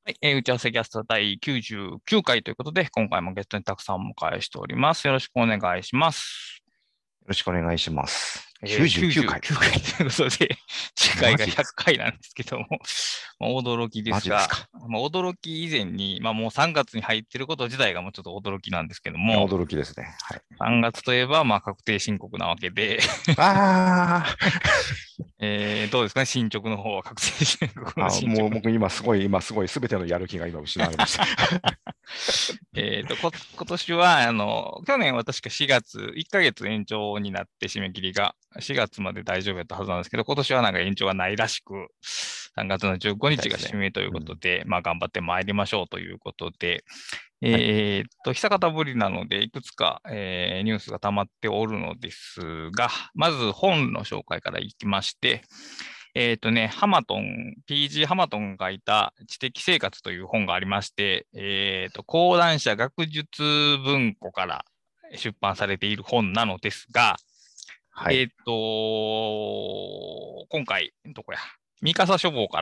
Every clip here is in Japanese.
はい、打ち合わせキャスト第99回ということで、今回もゲストにたくさんお迎えしております。よろしくお願いします。 よろしくお願いします。99 99 回。 回ということで、次回が100 マジですか？ 回なんですけども、驚きですが、 マジですか？ 驚き以前に、もう3月に入っていること自体がもうちょっと驚きなんですけども、 驚きですね。はい。 3月といえば、確定申告なわけで、 あどうですかね、進捗の方は、確定申告の進捗。 もう僕今すごい、すべてのやる気が今失われました。 今年は、去年は確か4月、1ヶ月延長になって締め切りが4月まで大丈夫だったはずなんですけど、今年はなんか延長がないらしく、3月の15日がみたいですね。 締めといううん。 ことで、頑張ってまいりましょうということで、 はい。 久方ぶりなので、いくつか、ニュースが溜まっておるのですが、まず本の紹介からいきまして、PG ハマトンが書いた知的生活という本がありまして、講談社学術文庫から出版されている本なのですが、 はい。 今回、どこや、三笠書房から、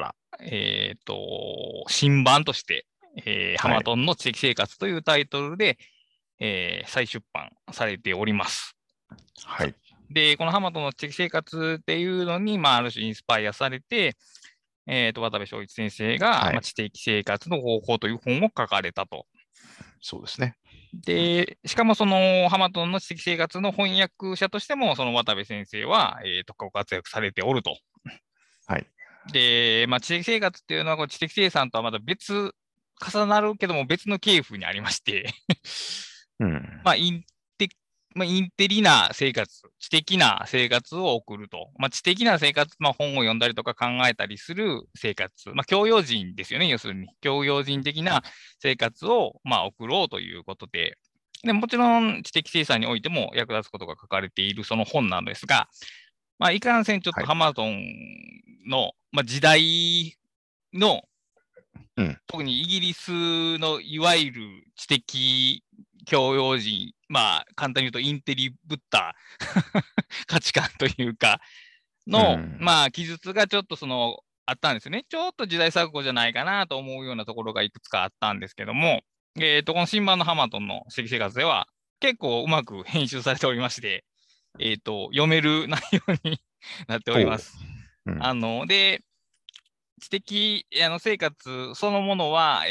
新版として、ハはい。 マトンの知的生活というタイトルで、再出版されております。 はい。 で、このハマトンの知的生活っていうのに、ある種インスパイアされて、渡部正一先生が、 はい。 知的生活の方法という本を書かれたと。 そうですね。 で、しかもそのハマトンの知的生活の翻訳者としても、その渡部先生は、ご活躍されておると。 はい。 で、知的生活っていうのは、こう知的生産とはまた重なるけども別の系譜にありましてうん。 まあ、インテ、インテリな生活、知的な生活を送ると。知的な生活、本を読んだりとか考えたりする生活。教養人ですよね、要するに。教養人的な生活を、送ろうということで。で、もちろん知的生産においても役立つことが書かれているその本なんですが、いかんせんちょっとはい。 ハマゾンの、時代の、 うん。 特にイギリスのいわゆる知的教養人、簡単に言うとインテリぶった価値観というか、 うの、 ん。 記述がちょっとあったんですよね。ちょっと時代錯誤じゃないかなと思うようなところがいくつかあったんですけども、この新版のハマトンの私的生活では、結構うまく編集されておりまして、読める内容になっておりほう。 ます。 うん。 で、知的生活そのものは、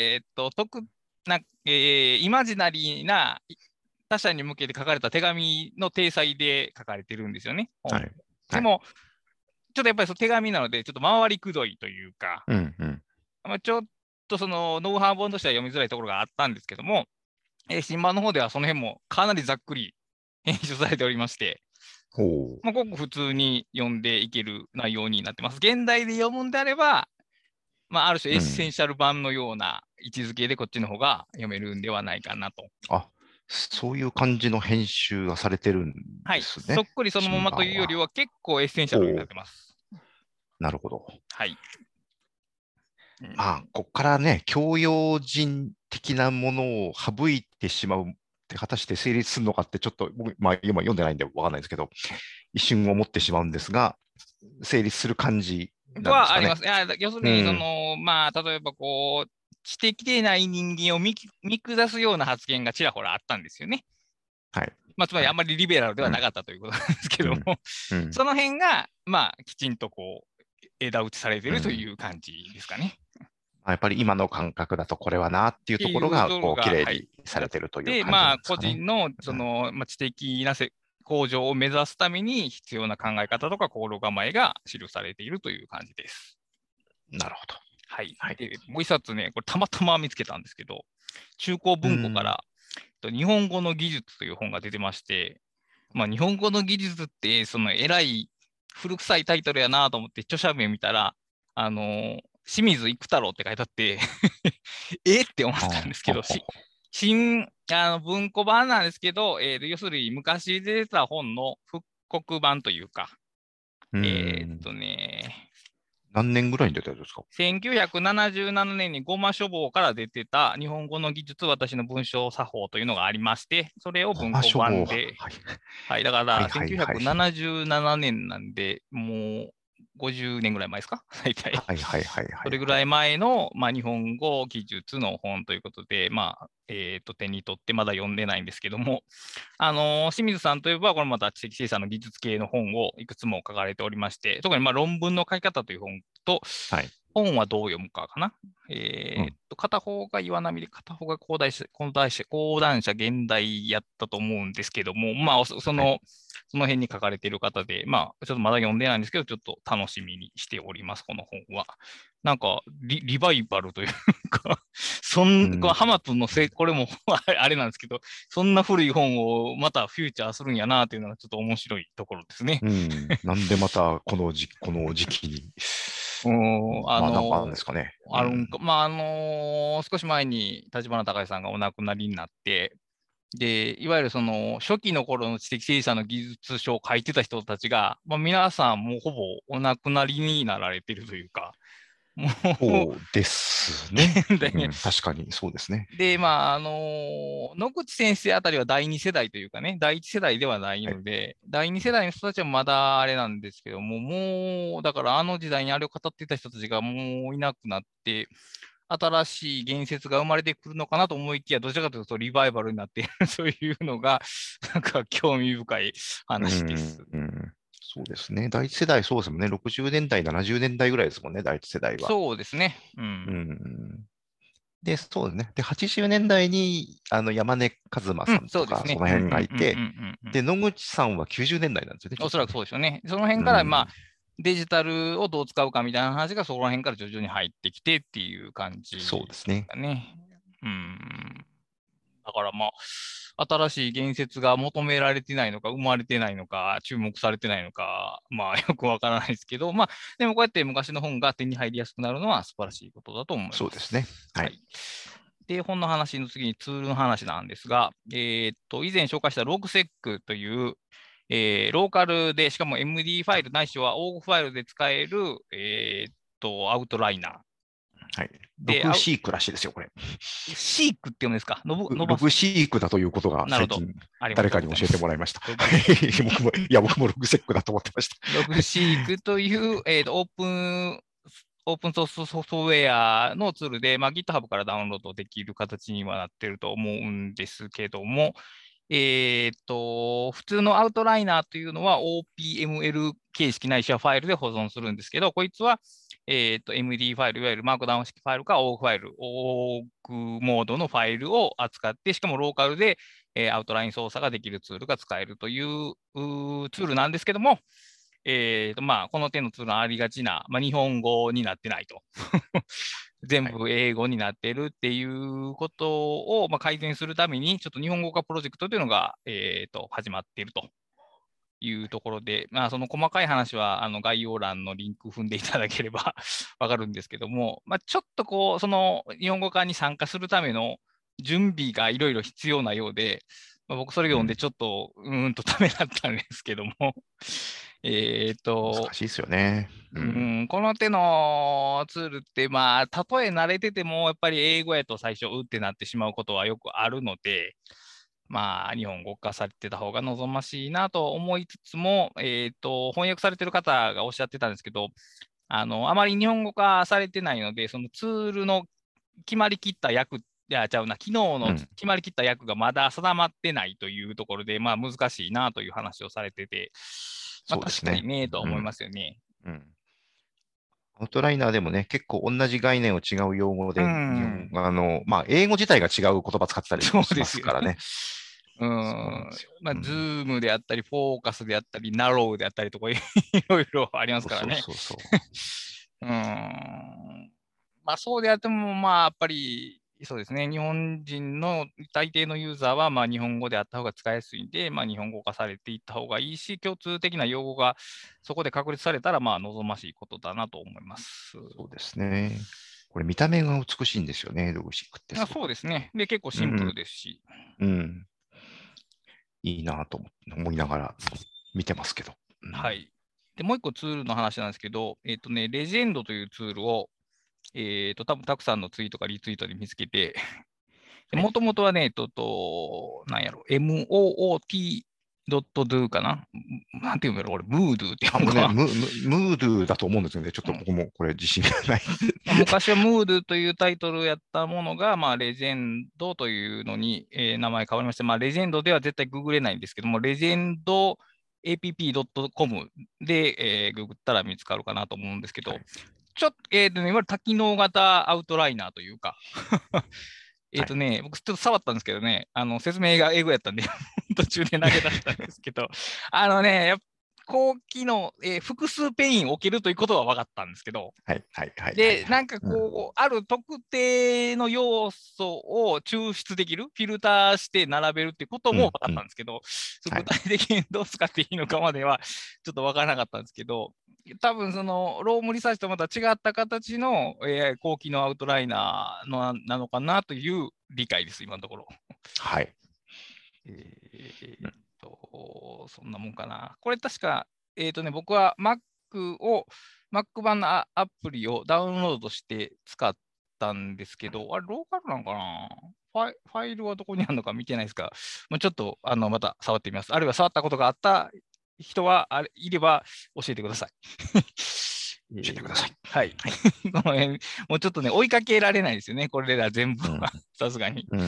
イマジナリーな他者に向けて書かれた手紙の体裁で書かれてるんですよね。 はい。はい。 でも、ちょっとやっぱりその手紙なので、ちょっと回りくどいというか、 うん。うん。 ちょっとそのノウハウ本としては読みづらいところがあったんですけども、新版の方ではその辺もかなりざっくり編集されておりまして、 ほう。 ごく普通に読んでいける内容になってます。現代で読むんであれば、ある種エッセンうん。 シャル版のような位置づけでこっちの方が読めるんではないかなと。 あ、そういう感じの編集がされてるんはい。 ですね。 そっくりそのま新まと版は。 いうよりは結構エッセンシャルになっほう。 てます。 なるほど。 はい。うまあ、 ん、 ここからね、教養人的なものを省いてしまうって果たして成立するのかってちょっと僕、今読んでないんでわかんないですけど、一瞬思ってしまうんですが、成立する感じとなんですかね。 はあります。要するに、 うん。 例えばこう、知的でない人間を見下すような発言がちらほらあったんですよね。 はい。 つまりあんはい。 まりリベラルではなうん。 かったということなんですけども、 うん。うん。 その辺が、きちんとこう、枝打ちされているというん。 う感じですかね。 やっぱり今の感覚だとこれはなっていうっていうところが、こう、綺ところが、はい。 麗にされてるというで、 感じなんです個かね。 人の、 うん。 知的な向上を目指すために必要な考え方とか心構えが記されているという感じです。 なるほど。 はい。 はい。 で、もう一冊ね、これたまたま見つけたんですけど、中高うん。 文庫から日本語の技術という本が出てまして、日本語の技術って、その偉い古臭いタイトルやなと思って著者名見たら、清水育太郎って書いてあってって思っあたんですけど、 あ、 文庫版なんですけど、要するに昔出てた本の復刻版というか、 うん。 ね、 何年ぐらいに出たんですか？ 1977年にゴマ書房から出てた日本語の技術、私の文章作法というのがありまして、それをコ文庫マ書房。 版で、 はい。 はい、だかはいらはいはい。 1977年なんで、もう 50年ぐらい前ですか大体。 はいはいはいはい。 それぐらい前の、日本語技術の本ということで、手に取ってまだ読んでないんですけども、清水さんといえば、これまた知的生産の技術系の本をいくつも書かれておりまして、特に論文の書き方という本と、 はい。 本はどう読むかかな。 うん。 片方が岩波で、片方が講談社現代やったと思うんですけども、 はい。 その辺に書かれている方で、ちょっとまだ読んでないんですけど、ちょっと楽しみにしております、この本は。なんかリバイバルというかこのうん。 ハマトンのこれもあれなんですけど、そんな古い本をまたフューチャーするんやなというのがちょっと面白いところですね。 うん。なんでまたこの時期に、 うん、 まあなんかあるんですかね。うん。 あるんか、少し前に立花隆さんがお亡くなりになって、で、いわゆるその初期の頃の知的生産の技術書を書いてた人たちが、皆さんもうほぼお亡くなりになられてるというか、もう、 そうですね。うで、 ん。確かにそうですね。 野口先生あたりは第二世代というかね、第一世代ではないはい。 ので、第二世代の人たちはまだあれなんですけども、だからあの時代にあれを語っていた人たちがもういなくなって、新しい言説が生まれてくるのかなと思いきや、どちらかというとリバイバルになっているそういうのが、なんか興味深いう話です。 ん。うん。そうですね。第一世代、そうですもんね。60年代、70年代ぐらいですもんね、第一世代は。 そうですね。ううん。 ん。で、そうですね。で、80年代に、山根和馬うん、 さんとか、そそうですね。 の辺うんうんがいて、 うん。 で、野口さんは90年代なんですよね、ちょおそらくうどね。 そうですよね。その辺から、 うん。 デジタルをどう使うかみたいな話がそこら辺から徐々に入ってきてっていう感そうでじすね。 だね。うん。だから新しい言説が求められてないのか、生まれてないのか、注目されてないのか、よくわからないですけど、でもこうやって昔の本が手に入りやすくなるのは素晴らしいことだと思いそうですね。 ます。 はい。 はい。で、本の話の次にツールの話なんですが、以前紹介したログセックという、ローカルで、しかも MD ファイルないしは OG ファイルで使える、アウトライナー。 はい。ロで、 グシークらしいですよ、これ。 シークって読むんですかログシークだということがなるほど。 最近ありが誰かに教えてとうございます。 もらいました。 ロはグシーク。 い。僕もログセックだと思ってました。 ログシークという、オープンソースソフトウェアのツールで、GitHub からダウンロードできる形にはなっていると思うんですけども、普通のアウトライナーというのは OPML 形式ないしはファイルで保存するんですけど、こいつは、MD ファイル、いわゆるマークダウン式ファイルか OG ファイル、OG モードのファイルを扱って、しかもローカルで、アウトライン操作ができるツールが使えるというツールなんですけども、この手のツールのありがちな、日本語になってないと。全はい。 部英語になってるっていうことを、改善するために、ちょっと日本語化プロジェクトというのが、始まっているというところで、その細かい話は概要欄のリンク踏んでいただければわかるんですけども、ちょっとその日本語化に参加するための準備がいろいろ必要なようで、僕それ読んでうん。 ちょっと、ためだったんですけども、えっと、 難しいですよね。うん。 この手のツールって、たとえ慣れてても、やっぱり英語やと最初、ってなってしまうことはよくあるので、日本語化されてた方が望ましいなと思いつつも、翻訳されてる方がおっしゃってたんですけど、あまり日本語化されてないので、そのツールの決まりきった役、ちゃうな、機能のうん。 決まりきった役がまだ定まってないというところで、難しいなという話をされてて、確かにそうですね。 ね、とは思いうん。 ますよね。 うん。アウトライナーでもね、結構同じ概念を違う用語うで、日本、 ん。 英語自体が違う言葉使ってたりそうもしですよね。 ますからね。そうなんですよ。うズん。 ームであったり、フォーカスであったり、ナローであったりとか、いろいろありますそうそうからね。 そうそそうであっても、やっぱり、そうですね。日本人の大抵のユーザーは、日本語であった方が使いやすいんで、日本語化されていった方がいいし、共通的な用語がそこで確立されたら、望ましいことだなと思います。 そうですね。これ見た目が美しいんですよね、ログシックってすごく。 そうですね。で、結構シンプルうん。 ですし。 うん。いいなと思いながら見てますけど。うん。 はい。で、もう一個ツールの話なんですけど、レジェンドというツールを、多分たくさんのツイートかリツイートで見つけて、 はい。 もともとはね、なんやろ、MOOT ドットドゥかな、なんていうんだろう、俺、ムードゥってあ、もうね、 いうのかな。 ムードゥだと思うんですよね。ちょっと僕もこれ自信がない。 まあ、昔はムードというタイトルをやったものが、まあ、レジェンドというのに、名前変わりまして、まあ、レジェンドでは絶対ググれないんですけども、レジェンド app.com で、ググったら見つかるかなと思うんですけど、 はい。 ちょっと、いわゆる多機能型アウトライナーというか、 はい。 僕ちょっと触ったんですけどね、説明が英語やったんで途中で投げ出したんですけど、やっぱ高機能、複数ペイン置けるということは分かったんですけど、 はい。はい。はい。はい。 で、 はい。うん。 ある特定の要素を抽出できる、フィルターして並べるっていうことうん。 も分かうん。 ったんですけど、 はい。 具体的にどう使っていいのかまではちょっと分からなかったんですけど、多分そのロームリサーチとまた違った形の、高機能アウトライナーなのかなという理解です、今のところ。 はい。 ーっそんなもんかな。これ確か、僕は Mac 版のアプリをダウンロードして使ったんですけど、あれ、ローカルなのかな。ファイルはどこにあるのか見てないですが、もうちょっとまた触ってみます。あるいは触ったことがあった人いれば教えてください。 教えてください。 はい。 はい。 この辺、もうちょっとね、追いかけられないですよね、これら全部うん。 は、さすがに。 うん。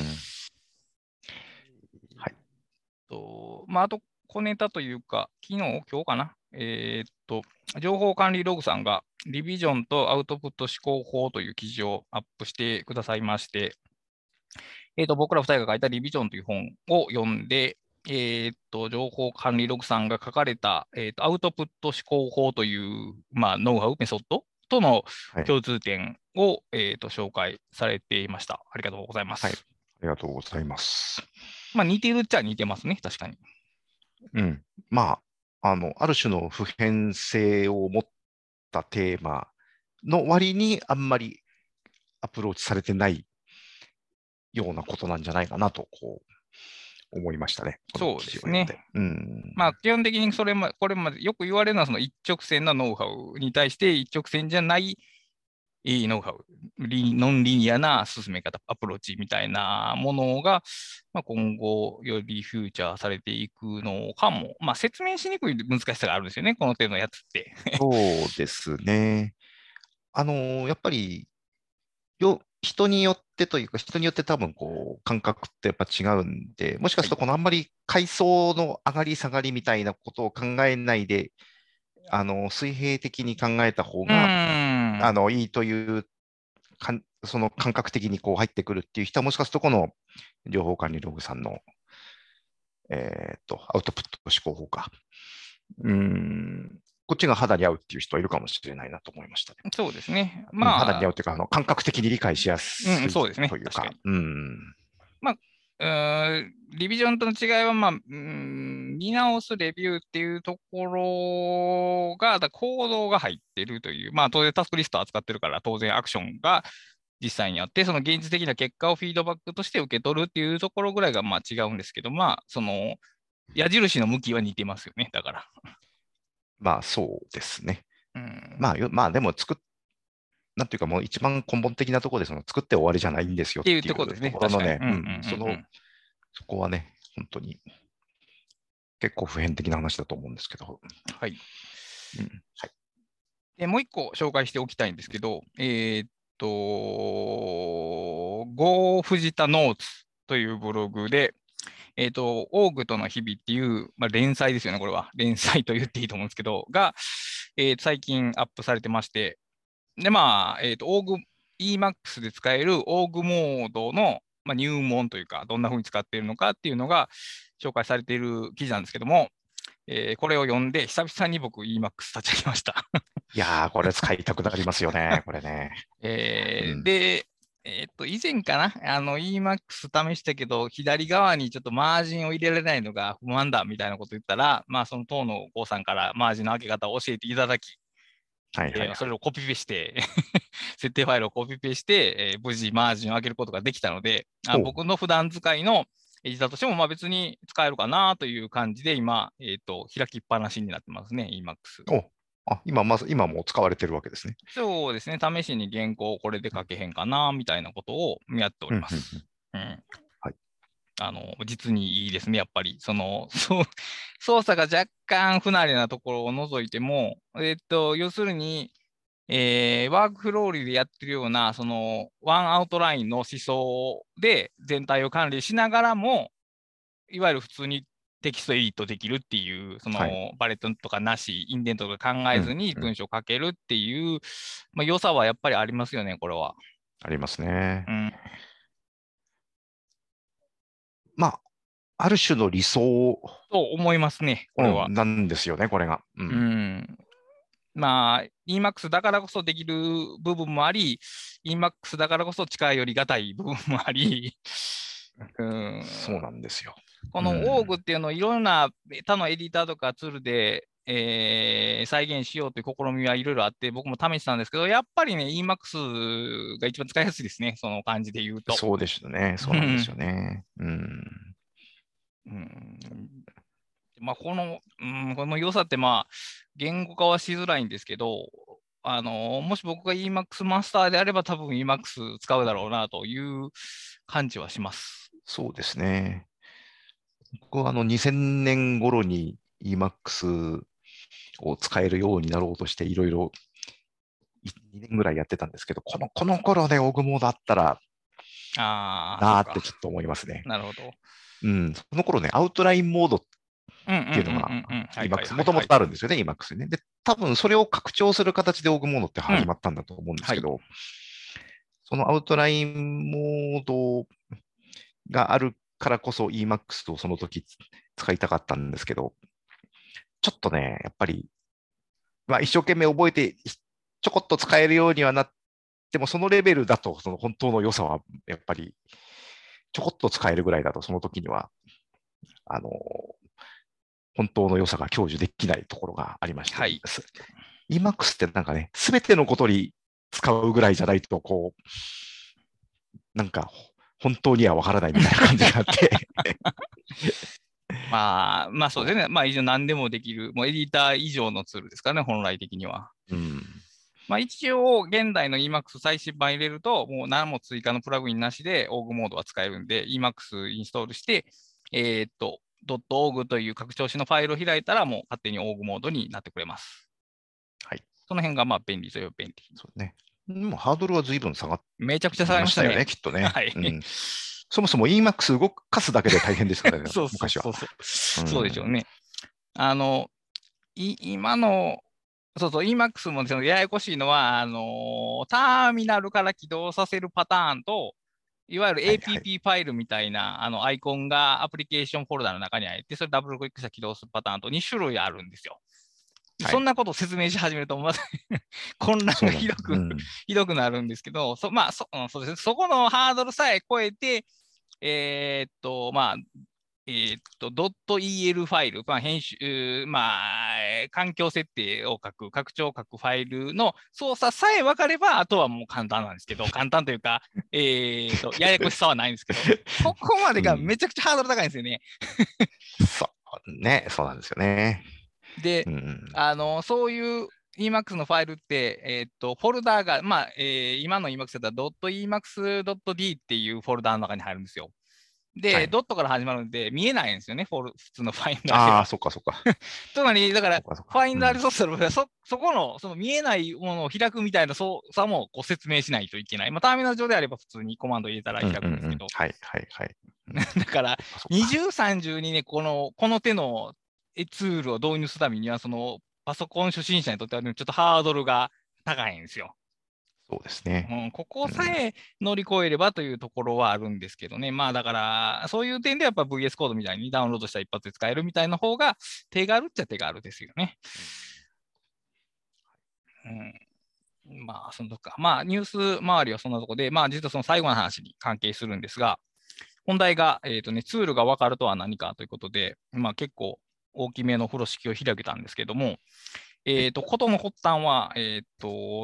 はい。 あと、小ネタというか、今日かな。情報管理ログさんが、リビジョンとアウトプット思考法という記事をアップしてくださいまして、僕ら2人が書いたリビジョンという本を読んで、情報管理ログさんが書かれた、アウトプット思考法という、まあ、ノウハウ、メソッドとのはい。 共通点を、紹介されていました。ありがとうございまはい。 す。 ありがとうございます。 まあ、似てるっちゃ似てますね、確かに。 うん。まあ、ある種の普遍性を持ったテーマの割にあんまりアプローチされてないようなことなんじゃないかなと、思いましたね。このそう記ですね。 事を読んで。うん。 まあ、基本的にこれまでよく言われるのは、その一直線なノウハウに対して一直線じゃないノウハウ、ノンリニアな進め方、アプローチみたいなものが、まあ、今後よりフューチャーされていくのかも、まあ、説明しにくい難しさがあるんですよね、この手のやつって。 そうですね。やっぱり、人によってというか、人によって多分感覚ってやっぱ違うんで、もしかはい。 するとこのあんまり階層の上がり下がりみたいなことを考えないで、水平的に考えた方うーが、 ん。 いいというその感覚的に入ってくるっていう人は、もしかするとこの情報管理ログさんの、アウトプット思考法か。こっちが肌に合うっていう人はいるかもしれないなと思いましたね。 そうですね。 うん、肌にまあ、 合うっていうか、感覚的に理解しやすいそうですね。 というか、 確かに。 うんまあ、リビジョンとの違いは、まあ、見直すレビューっていうところが、コードが入ってるという、まあ、当然タスクリストを扱ってるから、当然アクションが実際にあって、その現実的な結果をフィードバックとして受け取るっていうところぐらいが、まあ、違うんですけど、まあ、その、矢印の向きは似てますよね、だから。 まあそうですね。 うん。 まあでもなんていうかもう一番根本的なところで作って終わりじゃないんですよっていうっていうとところですね、確かに。 ころのね、 うんうんうんそこはね、本当に結構普遍的な話だと思うんですけど。 うん。はい。 うん、はい。 で、もう一個紹介しておきたいんですけど、Go 藤田ノーツというブログで、オーグとの日々っていう、まあ、連載ですよね、これは。連載と言っていいと思うんですけど、最近アップされてまして、で、まあ、オーグ Emacs で使えるオーグモードの、まあ、入門というか、どんな風に使っているのかっていうのが紹介されている記事なんですけども、これを読んで、久々に僕 Emacs 立ち上げました。 いやー、これ使いたくなりますよね、これね。うん。 で、以前かな、Emacs 試したけど、左側にちょっとマージンを入れられないのが不満だみたいなこと言ったら、まあ、その当の郷さんからマージンの開け方を教えていただき、 はいはいはい。 それをコピペして設定ファイルをコピペして、無事マージンを開けることができたので、 おう、 僕の普段使いのエディターとしても、まあ、別に使えるかなという感じで、今、開きっぱなしになってますね、Emacs。 おう。今もう使われてるわけですね。 そうですね。試しに原稿をこれで書けへんかな、みたいなことをやっておうん、うん、うん。 ります。うん。 はい。 実にいいですね、やっぱり。操作が若干不慣れなところを除いても、要するに、ワークフローリでやってるような、ワンアウトラインの思想で全体を管理しながらも、いわゆる普通にテキストエディットできるっていう、 はい。 バレットとかなし、インデントとか考えずうん、うん。 に文章を書けるっていう、まあ、良さはやっぱりありますよね、これは。 ありますね。 うん、 まあ、ある種の理想、 と思いますね、これは。 なんですよね、これが。ううん。 ん。まあ、EMAX だからこそできる部分もあり、EMAX だからこそ近寄りがたい部分もあり、うん、 そうなんですよ。 このうん。 OOG っていうのをいろんな他のエディターとかツールで、再現しようという試みはいろいろあって、僕も試したんですけど、やっぱりね、EMAX が一番使いやすいですね、その感じで言うと。 そうですね。そうなんですよね。うん。 うんまあ、この良さって、まあ、言語化はしづらいんですけど、もし僕が EMAX マスターであれば、多分 EMAX 使うだろうなという感じはします。 そうですね。僕は2000年頃に Emacs を使えるようになろうとしていろいろ2年ぐらいやってたんですけど、この頃でオグモードあったらああ、そっなーってか。 ちょっと思いますね。 なるほど。 うん、その頃ね、アウトラインモードっうんうんうんていうのがうんうん。はいはい Emacs、もともはいはい。 とあるんですよね、Emacs にね。で、多分それを拡張する形でオグモードってうん。 始まったんだと思うんですはい。 けど、そのアウトラインモードがあるからこそ Emacs をその時使いたかったんですけど、ちょっとね、やっぱり、まあ、一生懸命覚えて、ちょこっと使えるようにはなっても、そのレベルだと、その本当の良さは、やっぱり、ちょこっと使えるぐらいだと、その時には、あの、本当の良さが享受できないところがありまして、 はい。 Emacs ってなんかね、すべてのことに使うぐらいじゃないと、こう、なんか、本当にはわからないみたいな感じがあってまあそうですそね。まあ一応何でもできる、もうエディター以上のツールですからね、本来的には。 う。うん。 まあ一応、現代の Emacs 最新版入れると、もう何も追加のプラグインなしで OG モードは使えるんで、Emacs インストールして、.org という拡張子のファイルを開いたら、もう勝手に OG モードになってくれます。 はい。 その辺がまあ便利といえば便利。 そうね。でもハードルは随分下がめちゃくちゃ下がりましたよね、 りましたね。 きっとね。 はい。 うん。そもそも Emacs 動かすだけで大変ですからね、 そうそう昔は。 そうそう。 うん。 そうでしょうね。あの、今の、そうそう、Emacs もそのややこしいのは、ターミナルから起動させるパターンと、いわゆるはいはい。 APP ファイルみたいなアイコンがアプリケーションフォルダの中に入って、それダブルクリックしたら起動するパターンと2種類あるんですよ。ではい。 そんなことを説明し始めると、まず混乱がそうなんです。うん。 ひどくなるんですけど、そうですね。そこのハードルさえ超えて、まあ、ドット .el ファイル、まあ、編集、まあ、環境設定を書く、拡張を書くファイルの操作さえ分かれば、あとはもう簡単なんですけど、簡単というか、ややこしさはないんですけど、ここまでがうん。 めちゃくちゃハードル高いんですよね。 そうね、そうなんですよね。 で、 うん。 そういう Emacs のファイルって、フォルダーが、まあ、今の Emacs だったら .emacs.d っていうフォルダーの中に入るんですよ。で、 はい。 ドットから始まるんで、見えないんですよね、普通のファインダーでああ、 は。 そっかそっか。 つまり、だから、 そっかそっか。 ファインダーでうん。 操作する場合はそこの、その見えないものを開くみたいな操作もこう説明しないといけない。まあ、ターミナル上であれば普通にコマンド入れたらうんうん開くんですうん。 けど、 はいはいはい。うん、 だから、 そっかそっか。 20、30にね、この手のツールを導入するためには、パソコン初心者にとっては、ね、ちょっとハードルが高いんですよ。 そうですね。 うん、ここうん。 さえ乗り越えればというところはあるんですけどね。まあだから、そういう点でやっぱ VS コードみたいにダウンロードしたら一発で使えるみたいな方が手軽っちゃ手軽ですよね。うん、まあ、そのとこか。まあ、ニュース周りはそんなとこで、まあ、実はその最後の話に関係するんですが、本題が、ツールが分かるとは何かということで、まあ、結構大きめの風呂敷を開けたんですけども、 はい。 ことの発端は、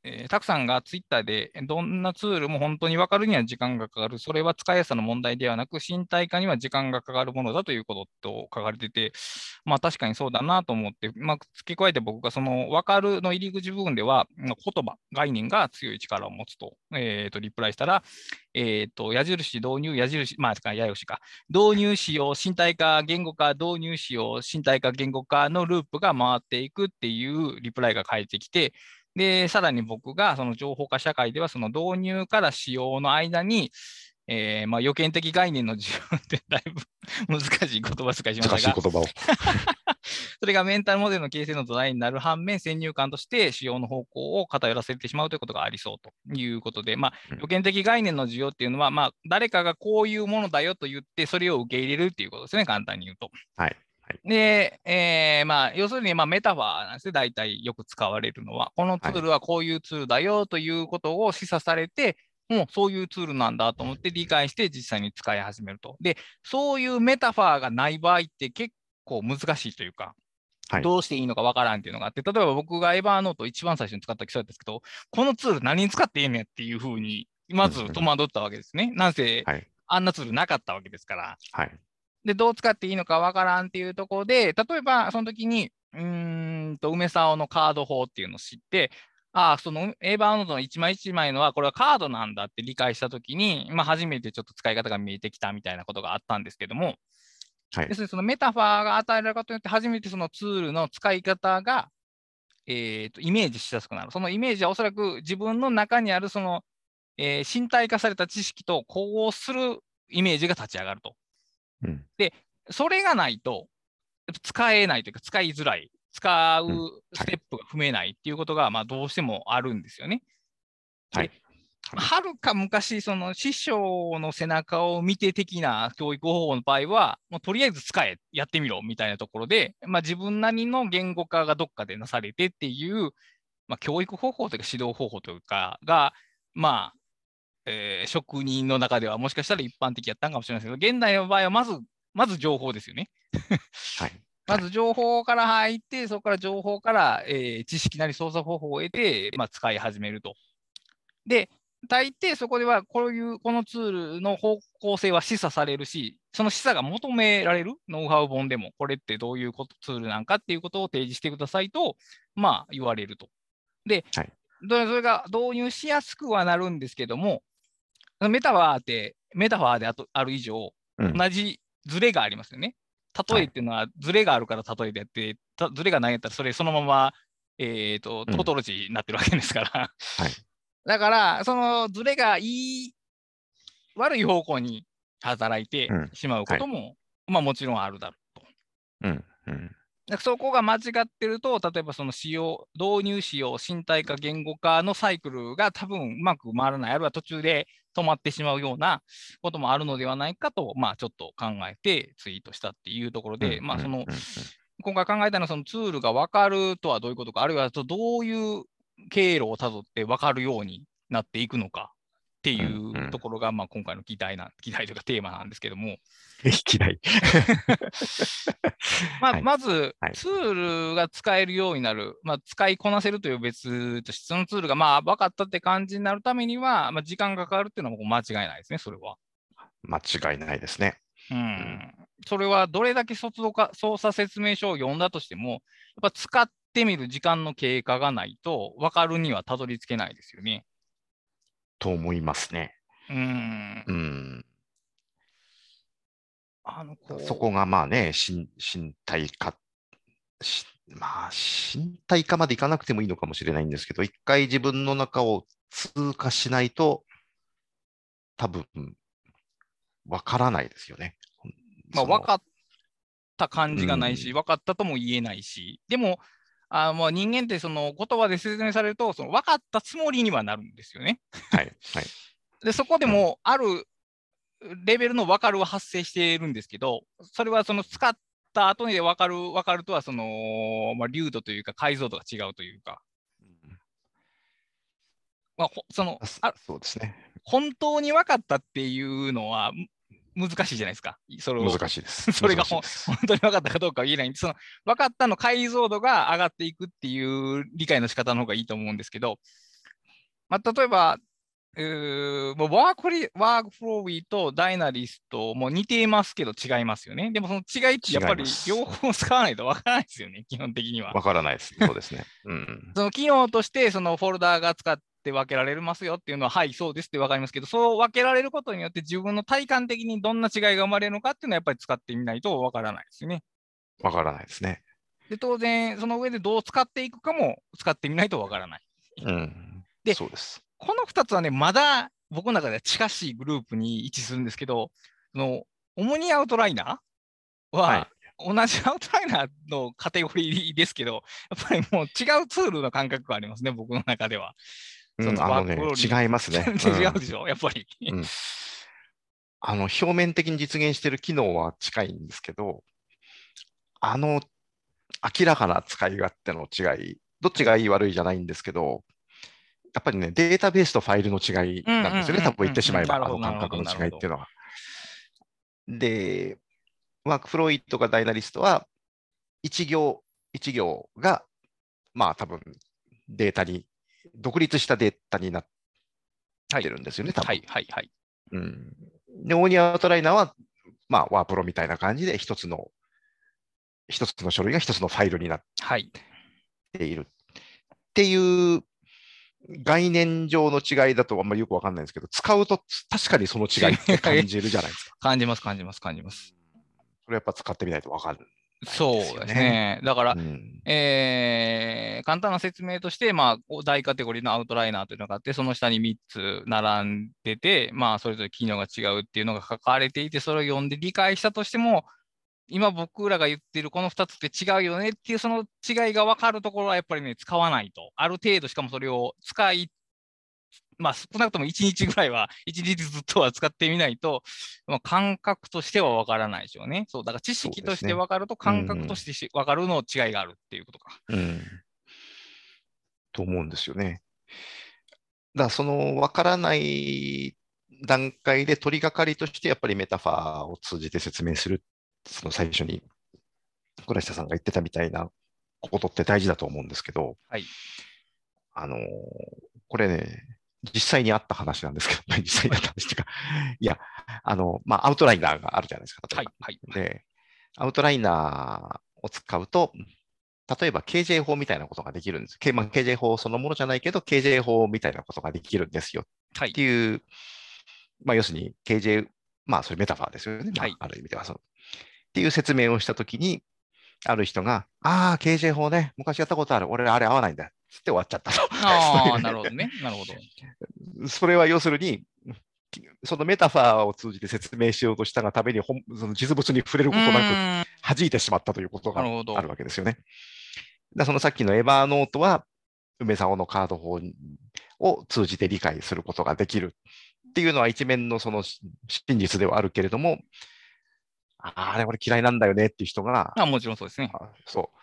たくさんがツイッターでどんなツールも本当に分かるには時間がかかる。それは使いやすさの問題ではなく、身体化には時間がかかるものだということと書かれてて、まあ確かにそうだなと思って、まあ、付け加えて僕がその分かるの入り口部分では、言葉、概念が強い力を持つと、リプライしたら、矢印導入、矢印、まあ、やよしか、導入使用、身体化、言語化、導入使用、身体化、言語化のループが回っていくっていうリプライが返ってきて、で、さらに僕がその情報化社会ではその導入から使用の間に、まあ予見的概念の自分ってだいぶ難しい言葉遣いしましたが、 難しい言葉を。 それがメンタルモデルの形成の土台になる反面、先入観として使用の方向を偏らせてしまうということがありそうということで、まあ、予見的概念の需要っていうのは、まあ、誰かがこういうものだよと言って、それを受け入れるっていうことですね、簡単に言うと。 はい。はい。 で、まあ、要するに、まあ、メタファーなんですね、大体よく使われるのは。このツールはこういうツールだよということを示唆されて、もうそういうツールなんだと思って理解して実際に使い始めると。で、そういうメタファーがない場合って結構難しいというか、 はい。 どうしていいのかわからんっていうのがあって、例えば僕がエヴァーノートを一番最初に使った基礎ですけど、このツール何に使っていいのやっていうふうに、まず戸惑ったわけですね。なんせ、 はい。 あんなツールなかったわけですから。 はい。 で、どう使っていいのかわからんっていうところで、例えばその時に、梅沢のカード法っていうのを知って、ああ、そのエヴァーノートの一枚一枚のは、これはカードなんだって理解したときに、まあ、初めてちょっと使い方が見えてきたみたいなことがあったんですけども、 はい。 要するにそのメタファーが与えられることによって、初めてそのツールの使い方が、イメージしやすくなる。そのイメージはおそらく自分の中にあるその、身体化された知識と呼応するイメージが立ち上がると。 うん。 で、それがないと、使えないというか、使いづらい、使うん。 うスはい。 テップが踏めないっていうことが、まあ、どうしてもあるんですよね。 はい。 で、はるか昔、その師匠の背中を見て的な教育方法の場合は、もうとりあえず使え、やってみろみたいなところで、まあ、自分なりの言語化がどっかでなされてっていう、まあ、教育方法というか指導方法というかが、まあ、職人の中ではもしかしたら一般的やったんかもしれないですけど、現代の場合はまず情報ですよね。 はい。 まず情報から入って、そこから情報から、知識なり操作方法を得て、まあ、使い始めると。で、大抵そこではこのツールの方向性は示唆されるし、その示唆が求められるノウハウ本でも、これってどういうツールなんかっていうことを提示してくださいと、まあ言われると。で、 はい。 それが導入しやすくはなるんですけども、メタファーである以上、 うん。 同じズレがありますよね。例えっはい。 ていうのは、ズレがあるから例えでやって、ズレがないやったら、そのまま、 うん。 トートロジーになってるわけですから。 はい。 だから、そのズレが悪い方向に働いてうん。 しまうはい。 ことも、まあもちろんあるだろうと。 うん。うん。 そこが間違ってると、例えばその導入使用、身体化、言語化のサイクルが多分うまく回らない、あるいは途中で止まってしまうようなこともあるのではないかと、まあちょっと考えてツイートしたっていうところで、 うん。 まあその、 うん。 今回考えたのはそのツールが分かるとはどういうことか、あるいはどういう経路をたどって分かるようになっていくのかっていうん。うん。 うところが、まあ今回の議題というかテーマなんですけども、 嫌い。 まあ、 はい。 まず、 はい。 ツールが使えるようになる、まあ、使いこなせるという別として、そのツールがまあ分かったって感じになるためには、まあ、時間がかかるっていうのはもう間違いないですね、それは。 間違いないですね。 ううん。 ん。それはどれだけ操作説明書を読んだとしても、やっぱ使ってみる時間の経過がないと、分かるにはたどり着けないですよね。 と思いますね。 うん。 うん。そここがまあね、身体化まあ、身体化までいかなくてもいいのかもしれないんですけど、一回自分の中を通過しないと、多分、わからないですよね。 まあ、 その、 分かった感うじがないし、 ん、 分かったとも言えないし、でも、まあ、人間ってその言葉で説明されると、その分かったつもりにはなるんですよね。 はい、はい、 で、そこでうん、 もあるレベルの分かるは発生しているんですけど、それはその使った後に分かるとはその、まあ、流度というか解像度が違うというか、まあ、そのそうですね。 本当に分かったっていうのは難しいじゃないですか。それを、 難しいです。 それが難しいです。 本当に分かったかどうかは言えないんで、その分かったの解像度が上がっていくっていう理解の仕方の方がいいと思うんですけど、 例えば、もうワークフローウィーとダイナリストも似ていますけど違いますよね。でもその違いってやっ違ぱいます。 り両方使わないとわからないですよね、基本的には。 わからないです。そうですね。うん。 その機能としてそのフォルダーが使って分けられますよっていうのは、はい、そうですって分かりますけど、そう分けられることによって自分の体感的にどんな違いが生まれるのかっていうのはやっぱり使ってみないと分からないですよね。 わからないですね。 で、当然、その上でどう使っていくかも使ってみないと分からない。 うん。 で、 そうです。 この2つはね、まだ僕の中では近しいグループに位置するんですけど、そのオムニアウトライナーははい。 同じアウトライナーのカテゴリーですけど、やっぱりもう違うツールの感覚がありますね、僕の中では。そうん、 のワークフローに違いますね。 全うん。 然違うでしょ、やっぱり。 うん。表面的に実現している機能は近いんですけど、あの、明らかな使い勝手の違い、どっちがいい悪いじゃないんですけど、やっぱりね、データベースとファイルの違いうんうんうなんですよね。多分言ってしまえば、 んうんうん。なるほど、なるほど、 あの感覚のなるほど。 違いっていうのは。で、ワークフロイとかダイナリストは、一行一行が、まあ多分データに、独立したデータになっはい。 てるんですよね、多分。 はい、はい、はい。 うん。で、オーニアアウトライナーは、まあ、ワープロみたいな感じで、一つの書類が一つのファイルになっはい。 ているっていう概念上の違いだとあんまりよくわかんないんですけど、使うと確かにその違いって感じるじゃないですか。 感じます、感じます、感じます。 それやっぱ使ってみないとわかんないんですそうですよね。 ね。だから、 うん。 簡単な説明として、まあ、大カテゴリーのアウトライナーというのがあって、その下に3つ並んでて、まあ、それぞれ機能が違うっていうのが書かれていて、それを読んで理解したとしても、今僕らが言ってるこの2つって違うよねっていうその違いが分かるところはやっぱりね、使わないと。ある程度しかもそれを使い、まあ少なくとも1日ぐらいは、1日ずっとは使ってみないと、まあ、感覚としては分からないでしょうね。そう、だから知識としてそうですね。 分かるとう感覚とん。 して分かるの違いがあるっていうことか。 うん。と思うんですよね。だからそのわからない段階で取り掛かりとしてやっぱりメタファーを通じて説明する。その最初に倉下さんが言ってたみたいなことって大事だと思うんですけど、 はい。 あのーこれね、実際にあった話なんですけど、実際にはい。 あった話っていうか、いや、まあ、アウトライナーがあるじゃないですか、例えはい。 ば。 はい。 で、アウトライナーを使うと、例えば KJ 法みたいなことができるんです。まあ、KJ 法そのものじゃないけど、KJ 法みたいなことができるんですよっはい。 ていう、まあ、要するに KJ、まあ、それメタファーですよね。まあ、 はい。 ある意味ではそう。っていう説明をしたときに、ある人が、ああ、KJ 法ね、昔やったことある。俺、あれ合わないんだ。つって終わっちゃったと。そああ、 れでなるほどね。なるほど。 それは要するに、そのメタファーを通じて説明しようとしたがためにその実物に触れるうことなくーん。 弾いてしまったということがあなるほど。 るわけですよね。そのさっきのエバーノートは、梅沢のカード法を通じて理解することができるっていうのは一面のその真実ではあるけれども、あれ俺嫌いなんだよねっていう人が、 あ、もちろんそうですね。 そう、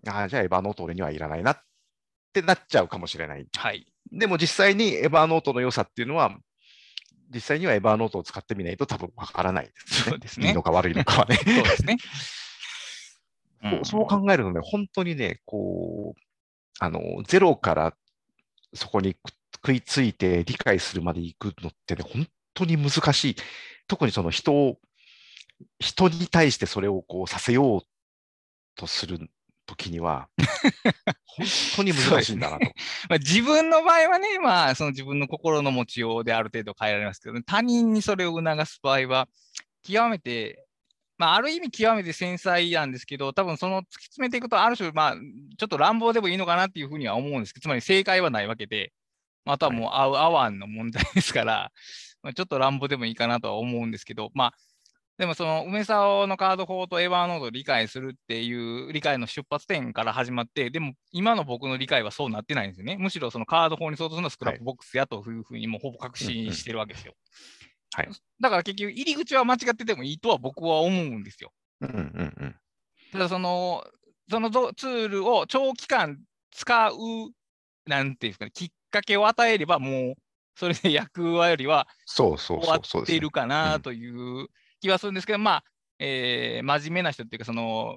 じゃあエバーノート俺にはいらないなってなっちゃうかもしれない。 はい。 でも実際にエバーノートの良さっていうのは、実際にはエバーノートを使ってみないと多分わからないですよね。 そうですね。 いいのか悪いのかはね。 そうですね。うそうん。 考えるとね、本当にね、ゼロからそこに食いついて理解するまで行くのってね、本当に難しい。特にその人に対してそれをこうさせようとするときには、本当に難そうですね。 しいんだなと。 まあ、自分の場合はね、まあ、その自分の心の持ちようである程度変えられますけど、他人にそれを促す場合は、極めて、まあ、ある意味極めて繊細なんですけど、多分その突き詰めていくと、ある種、まあ、ちょっと乱暴でもいいのかなっていうふうには思うんですけど、つまり正解はないわけで、まあ、あとははい。 もう合う合わんの問題ですから、まあ、ちょっと乱暴でもいいかなとは思うんですけど、まあ、でもその梅沢のカード法とエヴァーノードを理解するっていう理解の出発点から始まって、でも今の僕の理解はそうなってないんですよね。むしろそのカード法に相当するのはスクラはい。 ップボックスやというふうにもうほぼ確うんうん。 信してるわけですよ。 はい。 だから結局入り口は間違っててもいいとは僕は思うんですよ。 うんうんうん。 ただそのツールを長期間使う、なんていうんですかね、きっかけを与えればもうそれで役割はそうそう終わっそう、そうですね。 ているかうん。 なという気はするんですけど、まあ、真面目な人っていうか、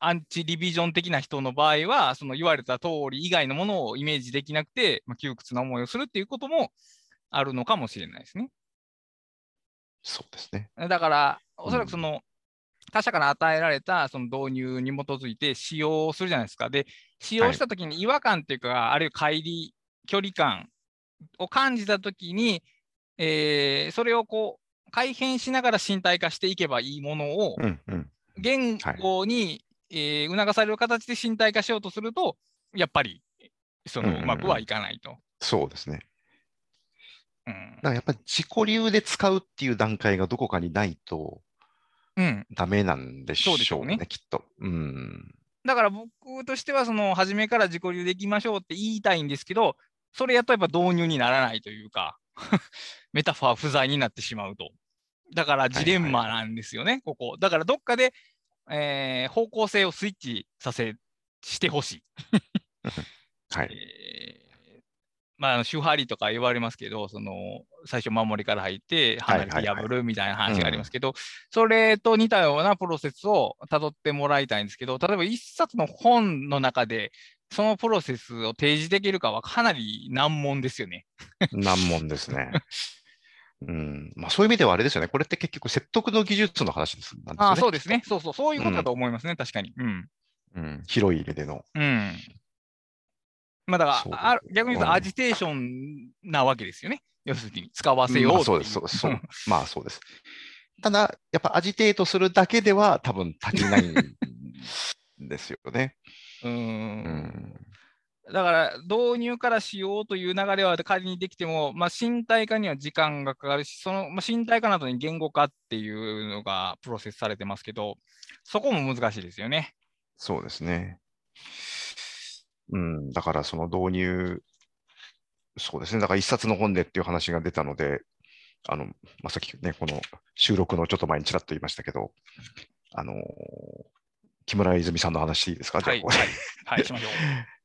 アンチリビジョン的な人の場合は、その言われた通り以外のものをイメージできなくて、窮屈な思いをするっていうこともあるのかもしれないですね。 そうですね。 だから、おそらくその、他者から与えられたその導入に基づいて使用するじゃないですか。で、使用したときに違和感っていうか、あるいは距離感を感じたときに、それをこう改変しながら身体化していけばいいものを、言語に、促される形で身体化しようとすると、やっぱりそのうまくはいかないと。 そうですね。だからやっぱり自己流で使うっていう段階がどこかにないとダメなんでしょうね、きっと。 だから僕としては、その初めから自己流でいきましょうって言いたいんですけど、それやっとやっぱ導入にならないというか、メタファー不在になってしまうと。だからジレンマなんですよね、ここ。だからどっかで、方向性をスイッチしてほしい。手張りとか言われますけど、その最初守りから入って離れて破るみたいな話がありますけど、それと似たようなプロセスをたどってもらいたいんですけど、例えば一冊の本の中でそのプロセスを提示できるかはかなり難問ですよね。 難問ですね。そういう意味ではあれですよね。これって結局説得の技術の話なんですよね。 そうですね。そういうことだと思いますね、確かに。 広い意味での。 だから逆に言うとアジテーションなわけですよね。要するに使わせようっていう。 そうです。ただ、やっぱアジテートするだけでは多分足りないんですよね。 だから導入からしようという流れは仮にできても、身体化には時間がかかるし、その、身体化の後に言語化っていうのがプロセスされてますけど、そこも難しいですよね。 そうですね。だからその導入、そうですね。だから一冊の本でっていう話が出たので、さっきね、この収録のちょっと前にちらっと言いましたけど、木村泉さんの話いいですか？じゃあ、 はい、しましょう。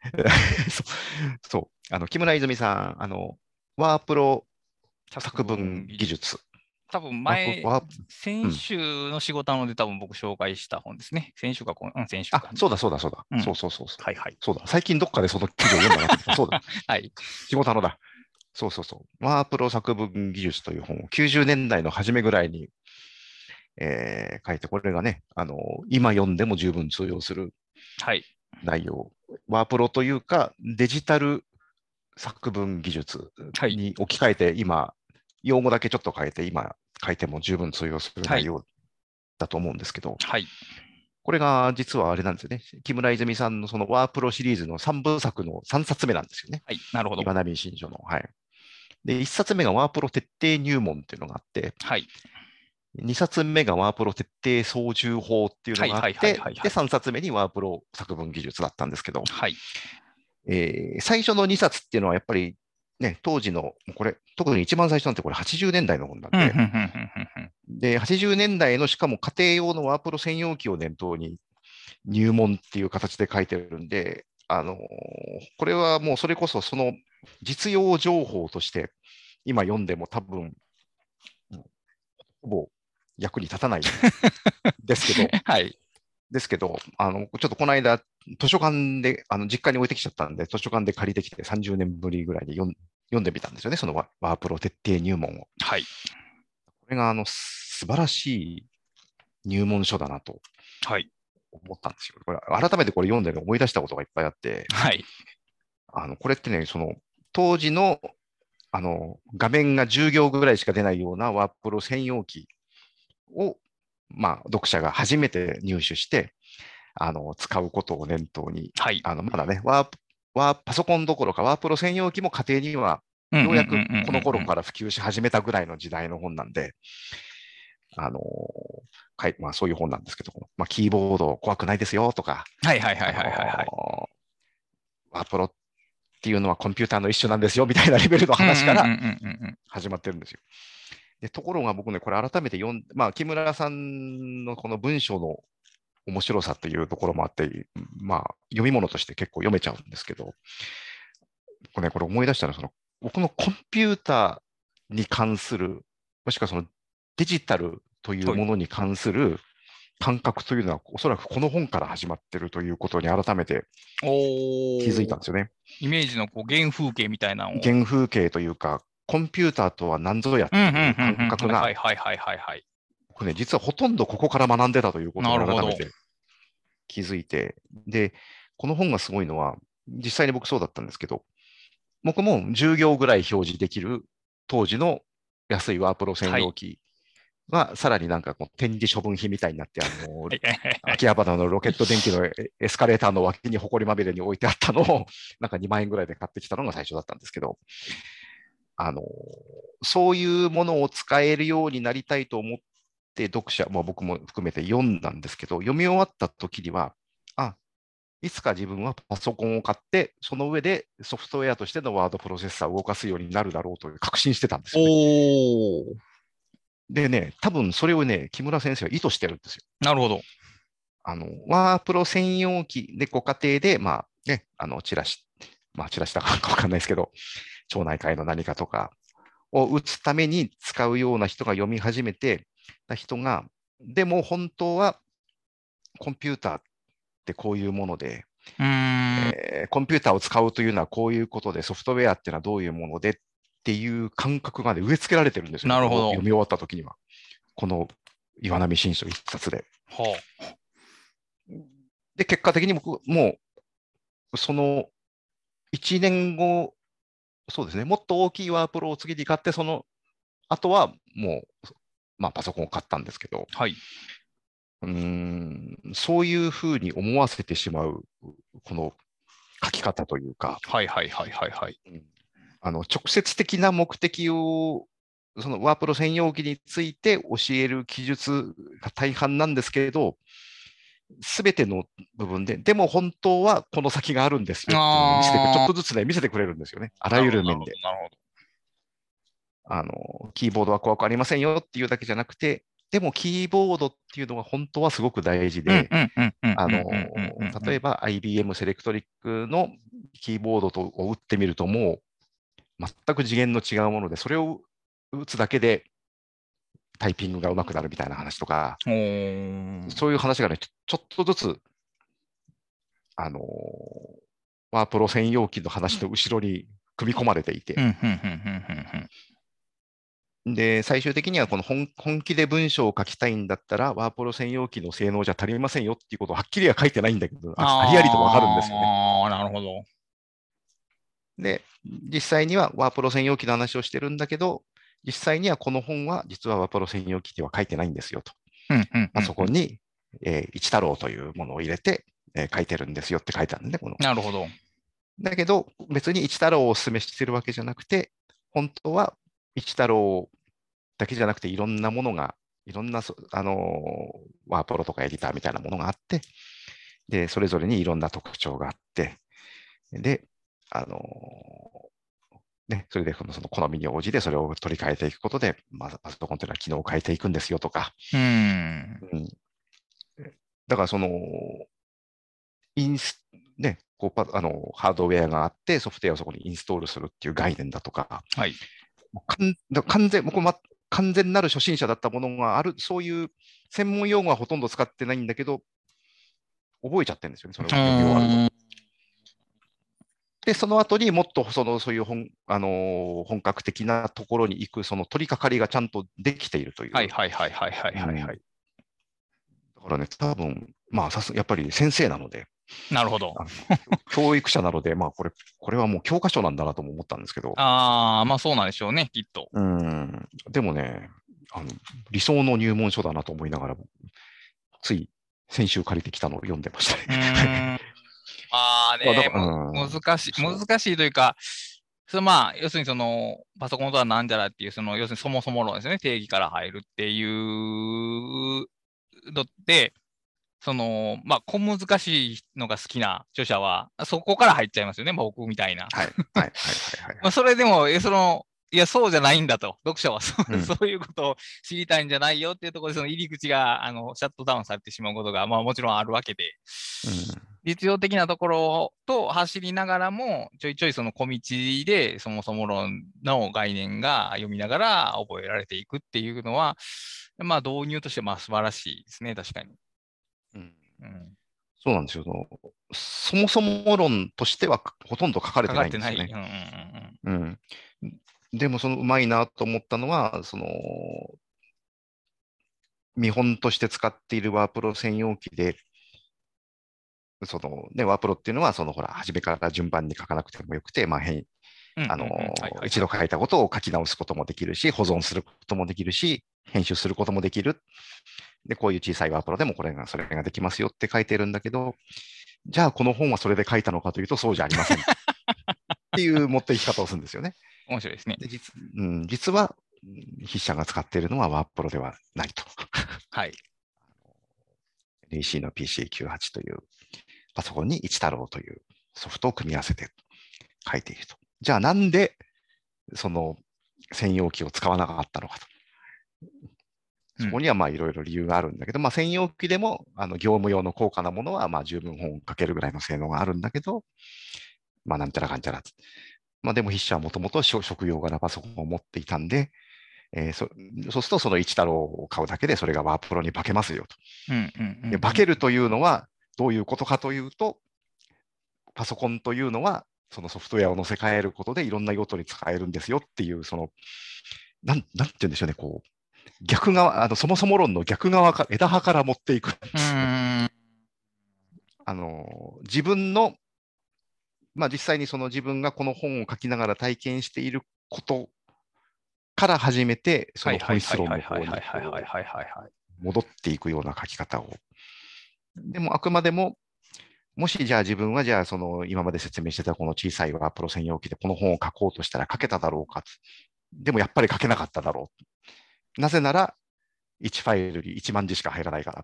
木村泉さん、ワープロ作文技術。 多分先週の仕事ので多分僕紹介した本ですね。先週か、先週か。 そうだ。そうだ。最近どっかでその記事を読んだなってそうだ。仕事のだ。ワープロ作文技術という本を90年代の初めぐらいに、書いて、これがね、今読んでも十分通用する内容。ワープロというか、デジタル作文技術に置き換えて、今、用語だけちょっと変えて、今書いても十分通用する内容だと思うんですけど、これが実はあれなんですよね。木村泉さんのそのワープロシリーズの3部作の3冊目なんですよね。 なるほど。 岩波新書の。で、1冊目がワープロ徹底入門っていうのがあって、2冊目がワープロ徹底操縦法っていうのがあって、で、3冊目にワープロ作文技術だったんですけど、最初の2冊っていうのはやっぱりね、当時の、これ、特に一番最初なんてこれ80年代の本なんで、で、80年代のしかも家庭用のワープロ専用機を念頭に入門っていう形で書いてるんで、これはもうそれこそその実用情報として今読んでも多分、ほぼ役に立たないですけど、ちょっとこの間、図書館で、実家に置いてきちゃったんで、図書館で借りてきて30年ぶりぐらいに読んでみたんですよね、そのワープロ徹底入門を。これが素晴らしい入門書だなと思ったんですよ。これ改めてこれ読んで思い出したことがいっぱいあって、これってね、その当時の画面が10行ぐらいしか出ないようなワープロ専用機を読者が初めて入手して、使うことを念頭に、まだね、パソコンどころかワープロ専用機も家庭にはようやくこの頃から普及し始めたぐらいの時代の本なんで、そういう本なんですけど、キーボード怖くないですよとか、ワープロっていうのはコンピューターの一種なんですよみたいなレベルの話から始まってるんですよ。でところが僕ね、これ改めて木村さんのこの文章の面白さというところもあって、読み物として結構読めちゃうんですけど、これ思い出したのは、僕のコンピューターに関する、もしくはそのデジタルというものに関する感覚というのは、おそらくこの本から始まっているということに改めて気づいたんですよね。 イメージの原風景みたいなのを。 原風景というか、コンピューターとは何ぞやっていう感覚が、 はいはいはいはいはい。 これね、実はほとんどここから学んでたということになるほど。 改めて気づいて、で、この本がすごいのは、実際に僕そうだったんですけど、僕も10行ぐらい表示できる当時の安いワープロ専はい。 用機が、さらになんかこう展示処分品みたいになって、 はいはいはいはい。 秋葉原のロケット電機のエスカレーターの脇に埃まみれに置いてあったのを、なんか2万円ぐらいで買ってきたのが最初だったんですけど、あの、そういうものを使えるようになりたいと思って読者、まあ、僕も含めて読んだんですけど、読み終わった時には、あ、いつか自分はパソコンを買って、その上でソフトウェアとしてのワードプロセッサーを動かすようになるだろうという確信してたんですよね。 おー。 でね、多分それをね、木村先生は意図してるんですよ。 なるほど。 ワープロ専用機でご家庭で、まあね、チラシだかわかんないですけど、町内会の何かとかを打つために使うような人が読み始めてた人が、でも本当はコンピューターってこういうもので、 うーん。 コンピューターを使うというのはこういうことで、ソフトウェアっていうのはどういうものでっていう感覚がね、植え付けられてるんですよね、 なるほど。 この読み終わった時には。この岩波新書一冊で。 はで、結果的に僕、もう、その1年後、そうですね、もっと大きいワープロを次に買って、その後はもう、まあ、パソコンを買ったんですけど、 はい。 そういうふうに思わせてしまう、この書き方というか、 はいはいはいはいはい。 直接的な目的を、そのワープロ専用機について教える記述が大半なんですけれど、すべての部分で、でも本当はこの先があるんですよっていうのをね、ちょっあとずつね、見せてくれるんですよね。あー、 らなるほどなるほゆる面で。 どなるほど。 キーボードは怖くありませんよっていうだけじゃなくて、でもキーボードっていうのが本当はすごく大事で、 うんうんうんうんうんうんうんうんうん。 例えば IBM セレクトリックのキーボードを打ってみるともう全く次元の違うもので、それを打つだけでタイピングが上手くなるみたいな話とか、 おー。 そういう話がね、ちょっとずつ、あの、ワープロ専用機の話の後ろに組み込まれていて、 うんうんうんうんうんうん。 で、最終的にはこの本気で文章を書きたいんだったら、ワープロ専用機の性能じゃ足りませんよっていうことをはっきりは書いてないんだけど、ありありとわかるんですよね。 あー、なるほど。 で、実際にはワープロ専用機の話をしてるんだけど、実際にはこの本は実はワープロ専用機では書いてないんですよと。 うんうんうパんうん。 ソコンに、一太郎というものを入れて、書いてるんですよって書いてあるんで、この。 なるほど。 だけど、別に一太郎をお勧めしてるわけじゃなくて、本当は一太郎だけじゃなくて、いろんなものが、いろんなワープロとかエディターみたいなものがあって、で、それぞれにいろんな特徴があって、で、あのね、それでその好みに応じてそれを取り替えていくことで、まあ、パソコンというのは機能を変えていくんですよとか、 うーん。 うん、だからインス、ね、こうパあのハードウェアがあって、ソフトウェアをそこにインストールするっていう概念だとか、 はい。 完全なる初心者だったものがある、そういう専門用語はほとんど使ってないんだけど、覚えちゃってるんですよね、それをう読み終わると。 ーん。 で、その後にもっとそういう本格的なところに行く、その取り掛かりがちゃんとできているという。 はいはいはいはいはいうん、だはいはい。 からね、多分まあやっぱり先生なので、 なるほど。 あの教育者なので、まあこれはもう教科書なんだなとも思ったんですけど、 ああ、まあそうなんでしょうね、きっと。 でもね、理想の入門書だなと思いながら、つい先週借りてきたのを読んでましたうーね。 ん。まあまあ、だね、 から、そう。 難しいというか、まあ、要するにパソコンとは何じゃらっていう、要するにそもそも論ですよね。定義から入るっていうのって、まあ、小難しいのが好きな著者は、そこから入っちゃいますよね。僕みたいな。 はい、はい、はい、はい、 まあ、 はい。 それでも、いや、そうじゃないんだと。読者はうんそういうことを知りたいんじゃないよっていうところで、その入り口が、シャットダウンされてしまうことが、まあもちろんあるわけで、 うん、 実用的なところと走りながらも、ちょいちょいその小道で、そもそも論の概念が読みながら覚えられていくっていうのは、まあ導入としてまあ素晴らしいですね、確かに。 そうなんですよ。そもそも論としてはほとんど書かれてないんですよね。うん。でも、うまいなと思ったのは、見本として使っているワープロ専用機で、ワープロっていうのは、ほら、初めから順番に書かなくてもよくて、まあ、一度書いたことを書き直すこともできるし、保存することもできるし、編集することもできる。で、こういう小さいワープロでもそれができますよって書いてるんだけど、じゃあこの本はそれで書いたのかというとそうじゃありませんっていう持っていき方をするんですよね。 面白いですね。 実は筆者が使っているのはワープロではないと。 はい。 NEC の PC98 というパソコンに一太郎というソフトを組み合わせて書いていると。じゃあなんでその専用機を使わなかったのかと。そこにはまあいろいろ理由があるんだけど、まあ、専用機でも業務用の高価なものはまあ十分本を書けるぐらいの性能があるんだけど、まあなんちゃらかんちゃら。まあでも筆者はもともと職業柄パソコンを持っていたんで、そうするとその一太郎を買うだけでそれがワープロに化けますよと。化けるというのはどういうことかというと、パソコンというのはそのソフトウェアを載せ替えることでいろんな用途に使えるんですよっていう、なんて言うんでしょうね、逆側、そもそも論の逆側から、枝葉から持っていくんですね。自分の、まあ実際に自分がこの本を書きながら体験していることから始めて、その本質論の方に戻っていくような書き方を。でもあくまでも、もしじゃあ自分はじゃあ今まで説明してたこの小さいワープロ専用機でこの本を書こうとしたら書けただろうか。でもやっぱり書けなかっただろう。なぜなら、1ファイルに1万字しか入らないから。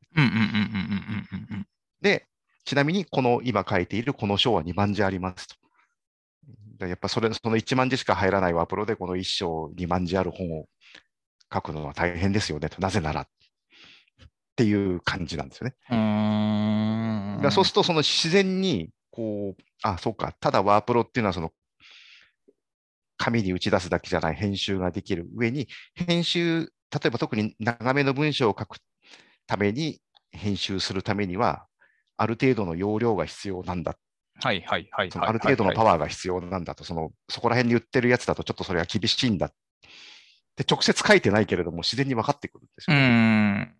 で、ちなみにこの今書いているこの章は2万字ありますと。やっぱその1万字しか入らないワープロでこの1章2万字ある本を書くのは大変ですよねと。なぜならっていう感じなんですよね。そうすると自然にそうか、ただワープロっていうのは紙に打ち出すだけじゃない編集ができる上に、例えば特に長めの文章を書くために編集するためには、ある程度の容量が必要なんだ。ある程度のパワーが必要なんだと、そこら辺に言ってるやつだとちょっとそれは厳しいんだって直接書いてないけれども自然に分かってくるんですよね。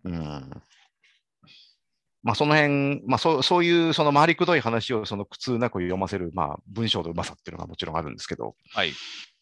まあその辺、まあそういう回りくどい話を苦痛なく読ませる、まあ文章のうまさっていうのがもちろんあるんですけど。 はい。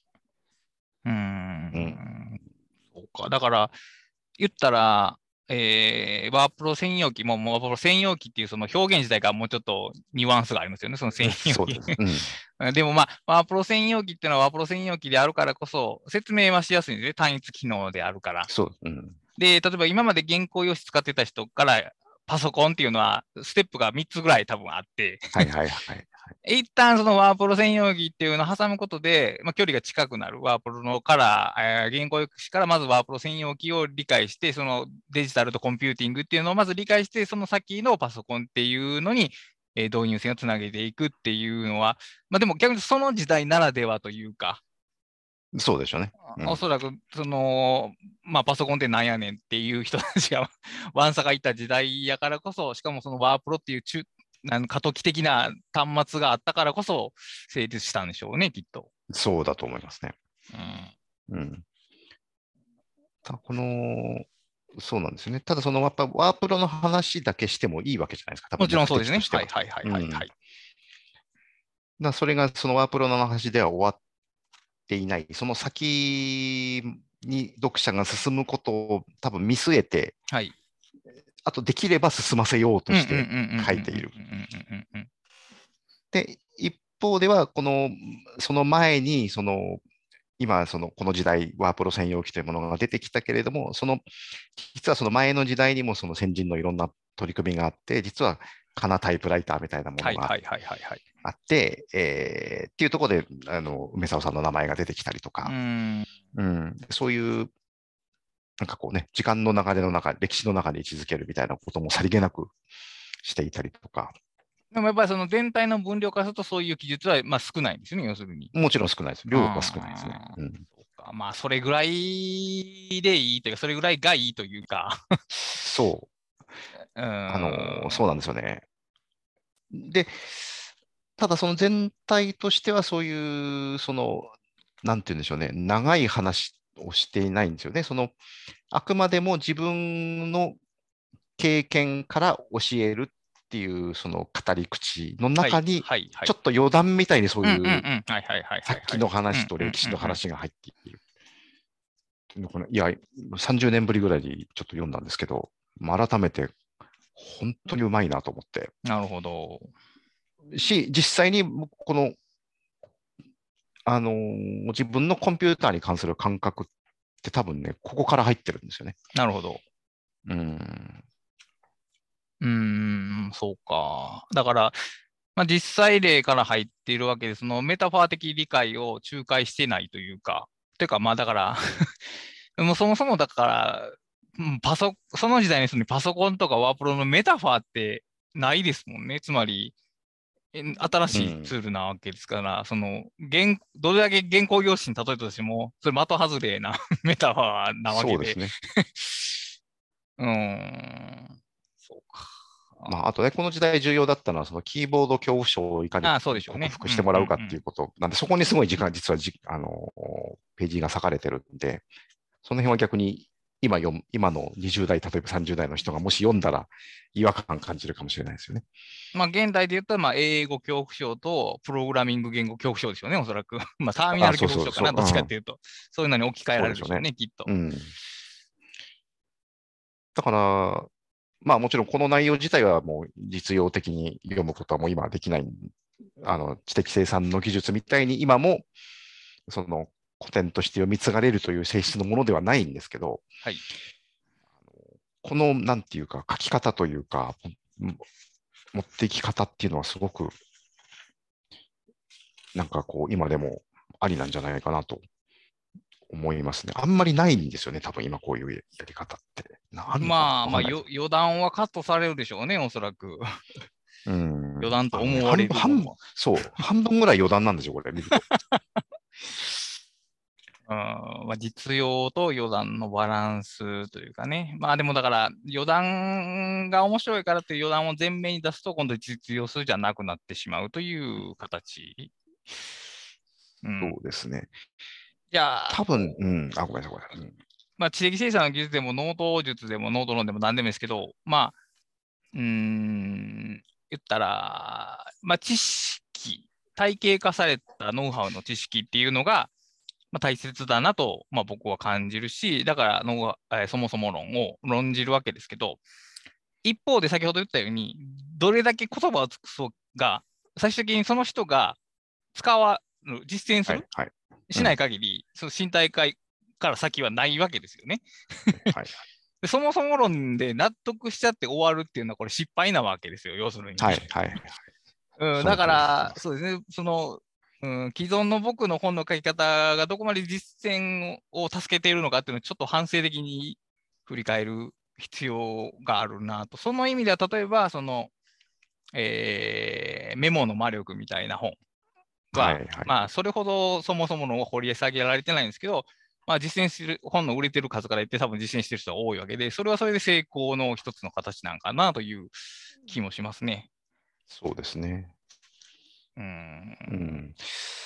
そうか。だから、言ったら、ワープロ専用機も、ワープロ専用機っていうその表現自体がもうちょっとニュアンスがありますよね、その専用機。でもまあ、ワープロ専用機っていうのはワープロ専用機であるからこそ、説明はしやすいんですね、単一機能であるから。で、例えば今まで原稿用紙使ってた人からパソコンっていうのは、ステップが3つぐらい多分あって、一旦そのワープロ専用機っていうのを挟むことで、まあ、距離が近くなるワープロのから、原稿用紙からまずワープロ専用機を理解して、そのデジタルとコンピューティングっていうのをまず理解して、その先のパソコンっていうのに、導入線をつなげていくっていうのは、まあでも逆にその時代ならではというか、 そうでしょうね。 おそらく、まあ、パソコンってなんやねんっていう人たちがワンサがいた時代やからこそ、しかもそのワープロっていう過渡期的な端末があったからこそ成立したんでしょうね、きっと。 そうだと思いますね。そうなんですよね。ただやっぱワープロの話だけしてもいいわけじゃないですか。 もちろんそうですね。 それがそのワープロの話では終わっていない。その先に読者が進むことを多分見据えて、あとできれば進ませようとして書いている。で、一方では、その前に、今、この時代、ワープロ専用機というものが出てきたけれども、実はその前の時代にもその先人のいろんな取り組みがあって、実はカナタイプライターみたいなものがあって、っていうところで、梅沢さんの名前が出てきたりとか、そういう、なんか時間の流れの中、歴史の中で位置づけるみたいなこともさりげなくしていたりとか。 でもやっぱりその全体の分量からするとそういう記述はまあ少ないんですよね、要するに。 もちろん少ないです。量は少ないですね。 まあそれぐらいでいいというか、それぐらいがいいというか。 そう。 うーん。 そうなんですよね。で、ただその全体としてはそういう、なんて言うんでしょうね、長い話をしていないんですよね。あくまでも自分の経験から教えるっていうその語り口のはい、 中に、 はい、はい。 ちょっと余談みたいにそううん、うん、ういうん。はい、はい、はい、はい、はい。 さっきのうん、 話とうん、うん、 歴史のうん。 話が入っている。いや、30年ぶりぐらいにちょっと読んだんですけど、改めて本当にうまいなと思って。 なるほど。 実際に自分のコンピューターに関する感覚って多分ね、ここから入ってるんですよね。 なるほど。 うん。 うーん、そうか。だから、まあ、実際例から入っているわけで、そのメタファー的理解を仲介してないというか、ていうか、まあだからもうそもそもだから、その時代にそのパソコンとかワープロのメタファーってないですもんね。つまり、新しいうん。 ツールなわけですから、どれだけ原稿用紙に例えたとしても、それ的外れなメタファーなわけで。 そうですね。 うーん、そうか。 まあ、あとね、この時代重要だったのは、そのキーボード恐怖症をいかにああ、そうでしょう克ね。 服してもうん、うん、 らうかっていうことなんで、そこにすごい時間、実はページが割かれてるんで、その辺は逆に今の20代、例えば30代の人がもし読んだら違和感感じるかもしれないですよね。 まあ、現代で言ったら、まあ、英語恐怖症とプログラミング言語恐怖症でしょうね、おそらく。まあ、ターミナあ、 ルそう恐怖症かな、 そうそう、 どっちかっうん、 ていうと。そういうのに置き換えらそうでしょうね。 れるでしょうね、きっと。 うん。だから、まあもちろんこの内容自体はもう実用的に読むことはもう今はできない。知的生産の技術みたいに今もその古典として読み継がれるという性質のものではないんですけど、 はい。 このなんていうか書き方というか、持っていき方っていうのはすごくなんかこう今でもありなんじゃないかなと思いますね。あんまりないんですよね、多分今こういうやり方って。あるのかなまあ、 わかんないです。 余談はカットされるでしょうね、おそらく。 うん。 余談と思われるものは。 そう、半分ぐらい余談なんですよ、これ見ると。 まあ、実用と余談のバランスというかね。まあでもだから余談が面白いからっていう余談を前面に出すと今度実用数じゃなくなってしまうという形。うん。 そうですね。 じゃあ、 多分、うん、ごめんなさい、ごめんなさい。うんまあ知的生産の技術でもノート術でもノート論でも何でもいいですけど、まあ、言ったら、まあ知識、体系化されたノウハウの知識っていうのが、まあ、大切だなと、まあ、僕は感じるし、だからの、そもそも論を論じるわけですけど、一方で先ほど言ったように、どれだけ言葉を尽くそうが、最終的にその人が使わ実践する、 はい、はい。うしないん、 限り、その身体化から先はないわけですよね。 はい、 でそもそも論で納得しちゃって終わるっていうのはこれ失敗なわけですよ、要するに。 はい、はい、はい。 うん、 その通りだと思いだから、 ます。 そうですね、既存の僕の本の書き方がどこまで実践を助けているのかっていうのをちょっと反省的に振り返る必要があるなと。その意味では、例えば、メモの魔力みたいな本は、 はい、はい。 まあ、それほどそもそもの掘り下げられてないんですけど、まあ、実践してる、本の売れてる数から言って多分実践してる人が多いわけで、それはそれで成功の一つの形なんかなという気もしますね。 そうですね。 うん。 うん。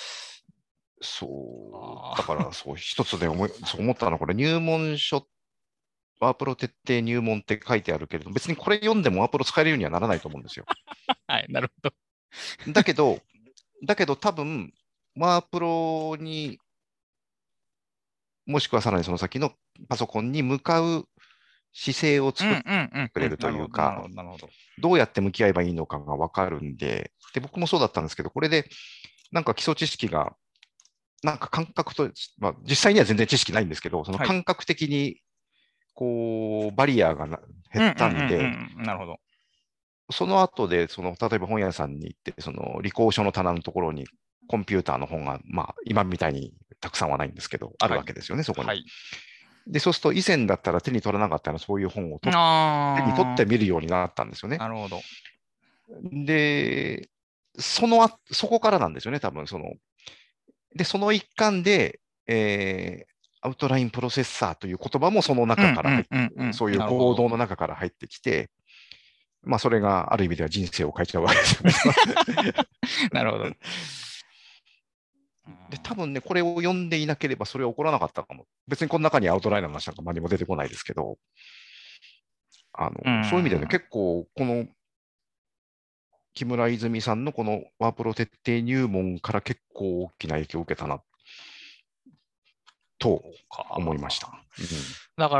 そう。だかあら、そう、一つでそう思ったのは、これ入門書、ワープロ徹底入門って書いてあるけれど、別にこれ読んでもワープロ使えるようにはならないと思うんですよ。 はい、なるほど。 だけど、多分、ワープロにもしくはさらにその先のパソコンに向かう姿勢を作っうんうんうんうん。 てくれるとなるほど、なるいうか、 ほど、なるほど。 どうやって向き合えばいいのかがわかるんで、僕もそうだったんですけど、これでなんか基礎知識が、なんか感覚と、まあ、実際には全然知識ないんですけど、そのはい。 感覚的にこうバリアが減っうんうんたんで、 うんうん。なるほど。 その後で例えば本屋さんに行って、その理工書の棚のところにコンピューターの本が、まあ、今みたいにたくさんはないんですけど、あるはい。 わけですよね、そこに。 はい。 で、そうすると以前だったら手に取らなかったようなそういう本を手に取ってあ見るようになったんですよー、 ね。 なるほど。 で、そこからなんですよね、多分で、その一環で、アウトラインプロセッサーという言葉もそのうんう中からんうんうん。 そういうなるほど。 行動の中から入ってきて、 まあ、それがある意味では人生を変えちゃうわけですよね。 なるほど。 で、多分ね、これを読んでいなければそれは起こらなかったかも。別にこの中にアウトライナーの話なんか何も出てこないですけど、 うそういう意味でね、 ん。 結構、この木村泉さんのこのワープロ徹底入門から結構大きな影響を受けたなと思いました。 か。 うん、 だから、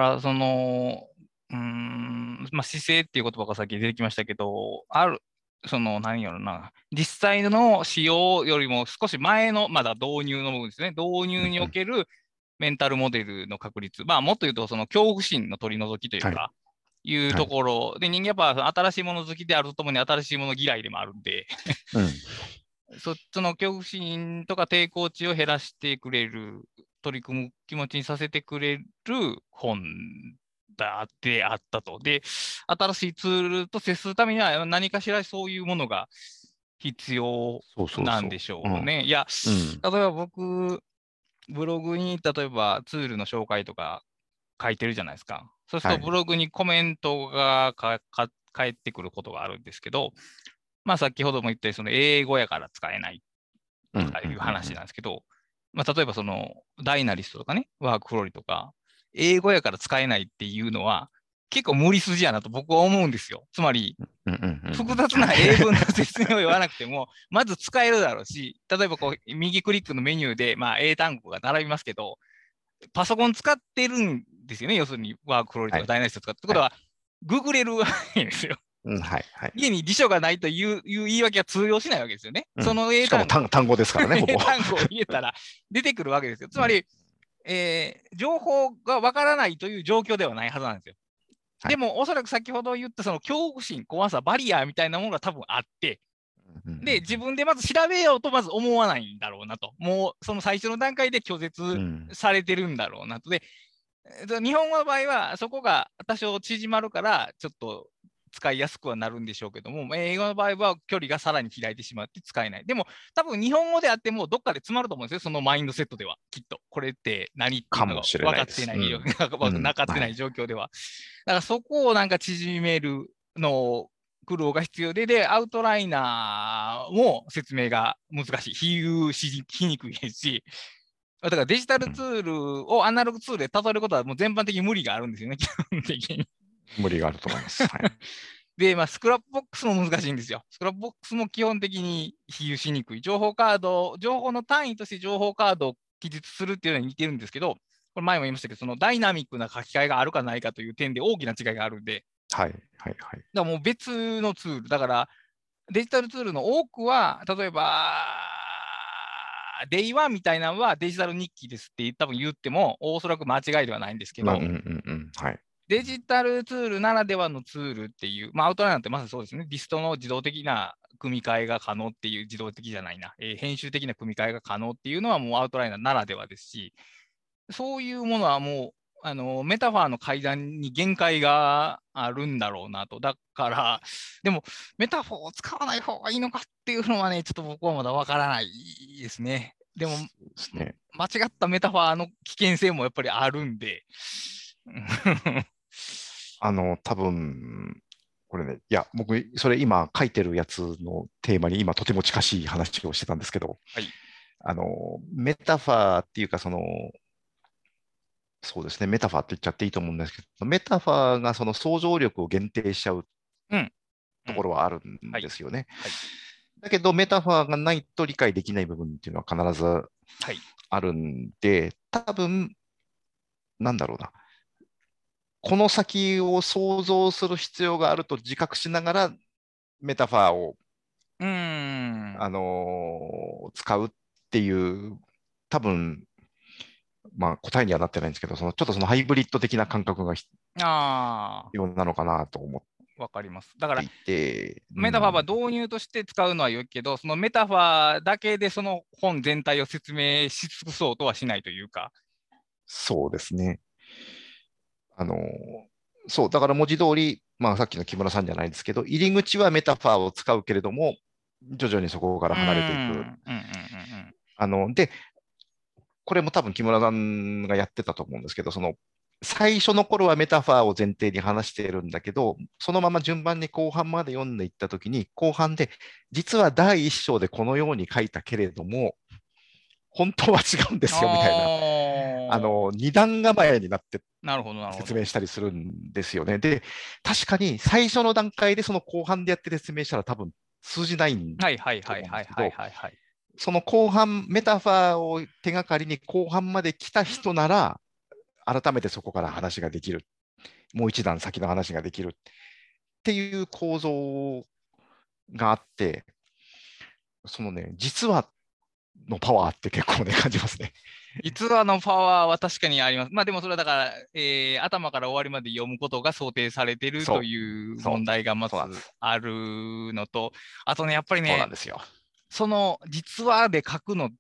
まあ、姿勢っていう言葉がさっき出てきましたけど、何やろな、実際の使用よりも少し前の、まだ導入の部分ですね。導入にうんうん、 おけるメンタルモデルの確率。まあ、もっと言うと、その恐怖心の取り除きというはい、 か、いうはい。 ところで、人間やっぱ新しいもの好きであるとともに新しいもの嫌いでもあるんで、 うん、 その恐怖心とか抵抗値を減らしてくれる、取り組む気持ちにさせてくれる本であったと。で、新しいツールと接するためには何かしらそういうものが必要そうそうそなんでしう。うん、 ょうね。いや、 うん、 例えば僕、ブログに例えばツールの紹介とか書いてるじゃないですか。そうするとブはい。 ログにコメントが返ってくることがあるんですけど、まあ先ほども言ったようにその英語やから使えないうん、うん、 とかいう話うん。 なんですけど、まあ例えばそのダイナリストとかね、ワークフローリとか、英語やから使えないっていうのは結構無理筋やなと僕は思うんですよ。つまり、 うん、うん、うん、うん。 複雑はい。 な英文の説明を言わなくても、まず使えるだろうし、例えばこう、右クリックのメニューで、まあ、英単語が並びますけど、パソコン使ってるんですよね。要するに、ワークフローリとはい。 かダイナリスト使って。ってこはい。 とは、ググれるわけですよ。 うん、はい。はい。 家に辞書がないという言い訳は通用しないわけですよね。 うん。 その英しかも単語、 単語ですからね、ほぼ。 英単語を入れたら出てくるわけですよ。つうん。 まり、情報がわからないという状況ではないはずなんですよ。 はい。 でも、おそらく先ほど言ったその恐怖心、怖さ、バリアみたいなものが多分あって、 うん、うで、自分でまず調べようとまず思わないんだろうなと。もうその最初の段階で拒絶ん、うん。 されてるんだろうなと。で、日本語の場合はそこが多少縮まるから、ちょっと使いやすくはなるんでしょうけども、英語の場合は距離がさらに開いてしまって使えない。でも、多分日本語であってもどっかで詰まると思うんですよ、そのマインドセットでは。きっと。これって何っていうのがかもしれ分かないです。 ってない、 うん。うん。 分かってないはい。 状況では。だからそこをなんか縮めるの苦労が必要で、アウトライナーも説明が難しい。比喩しにくいですし、だからデジタルうん。 ツールをアナログツールで例えることはもう全般的に無理があるんですよね、基本的に。 無理があると思います。はい。 で、まあ、スクラップボックスも難しいんですよ。スクラップボックスも基本的に比喩しにくい。情報の単位として情報カードを記述するっていうのに似てるんですけど、これ前も言いましたけど、そのダイナミックな書き換えがあるかないかという点で大きな違いがあるんで、 はい。はい。はい。 だからもう別のツール。だからデジタルツールの多くは、例えば、デイワンみたいなのはデジタル日記ですって多分言っても、おそらく間違いではないんですけうん。うど、 ん。うん。はい。 デジタルツールならではのツールっていう、まあ、アウトライナーってまさにそうですね。リストの自動的な組み替えが可能っていう、自動的じゃないな、編集的な組み替えが可能っていうのはもうアウトライナーならではですし、そういうものはもう、メタファーの階段に限界があるんだろうなと。だから、でも、メタファーを使わない方がいいのかっていうのはね、ちょっと僕はまだわからないですね。でも、 そうですね。 間違ったメタファーの危険性もやっぱりあるんで。 多分、これね、いや、僕、それ今書いてるやつのテーマに今とても近しい話をしてたんですけど、 はい。 メタファーっていうか、そうですね、メタファーって言っちゃっていいと思うんですけど、メタファーがその想像力を限定しちゃううん。うとこん。 ろはあるんはい。 ですよね。 はい。 だけど、メタファーがないと理解できない部分っていうのは必ずはい。 あるんで、多分、なんだろうな、この先を想像する必要があると自覚しながら、メタファーを、 うーん。 使うっていう、多分、まあ、答えにはなってないんですけど、ちょっとそのハイブリッド的な感覚が必あ要なのかなと思っあ、わかります。だから、 ていて、うメタファーはん、 導入として使うのは良いけど、そのメタファーだけでその本全体を説明し尽くそうとはしないというか。 そうですね。あの、そう、だから文字通り、まあさっきの木村さんじゃないですけど、入り口はメタファーを使うけれども、徐々にそこからうーん。 離れていく。 うんうんうんうん。 で、これも多分木村さんがやってたと思うんですけど、 最初の頃はメタファーを前提に話しているんだけど、そのまま順番に後半まで読んでいったときに、後半で、実は第一章でこのように書いたけれども、本当は違うんですよみたいな、二段構えになってなるほど、なるほど。 説明したりするんですよね。で、確かに最初の段階でその後半でやって説明したら多分通じないはいはいとはいはい思うんですけど、 はいはいはい。 その後半、メタファーを手がかりに後半まで来た人なら、改めてそこから話ができる。もう一段先の話ができるっていう構造があって、そのね、実はのパワーって結構ね、感じますね。 実話のパワーは確かにあります。まあでもそれはだから、頭から終わりまで読むことが想定されているとそいうう、そう、 問題がまずそうなんです。 あるのと、あとね、やっぱりね、 そうなんですよ。 その実話で書くのって、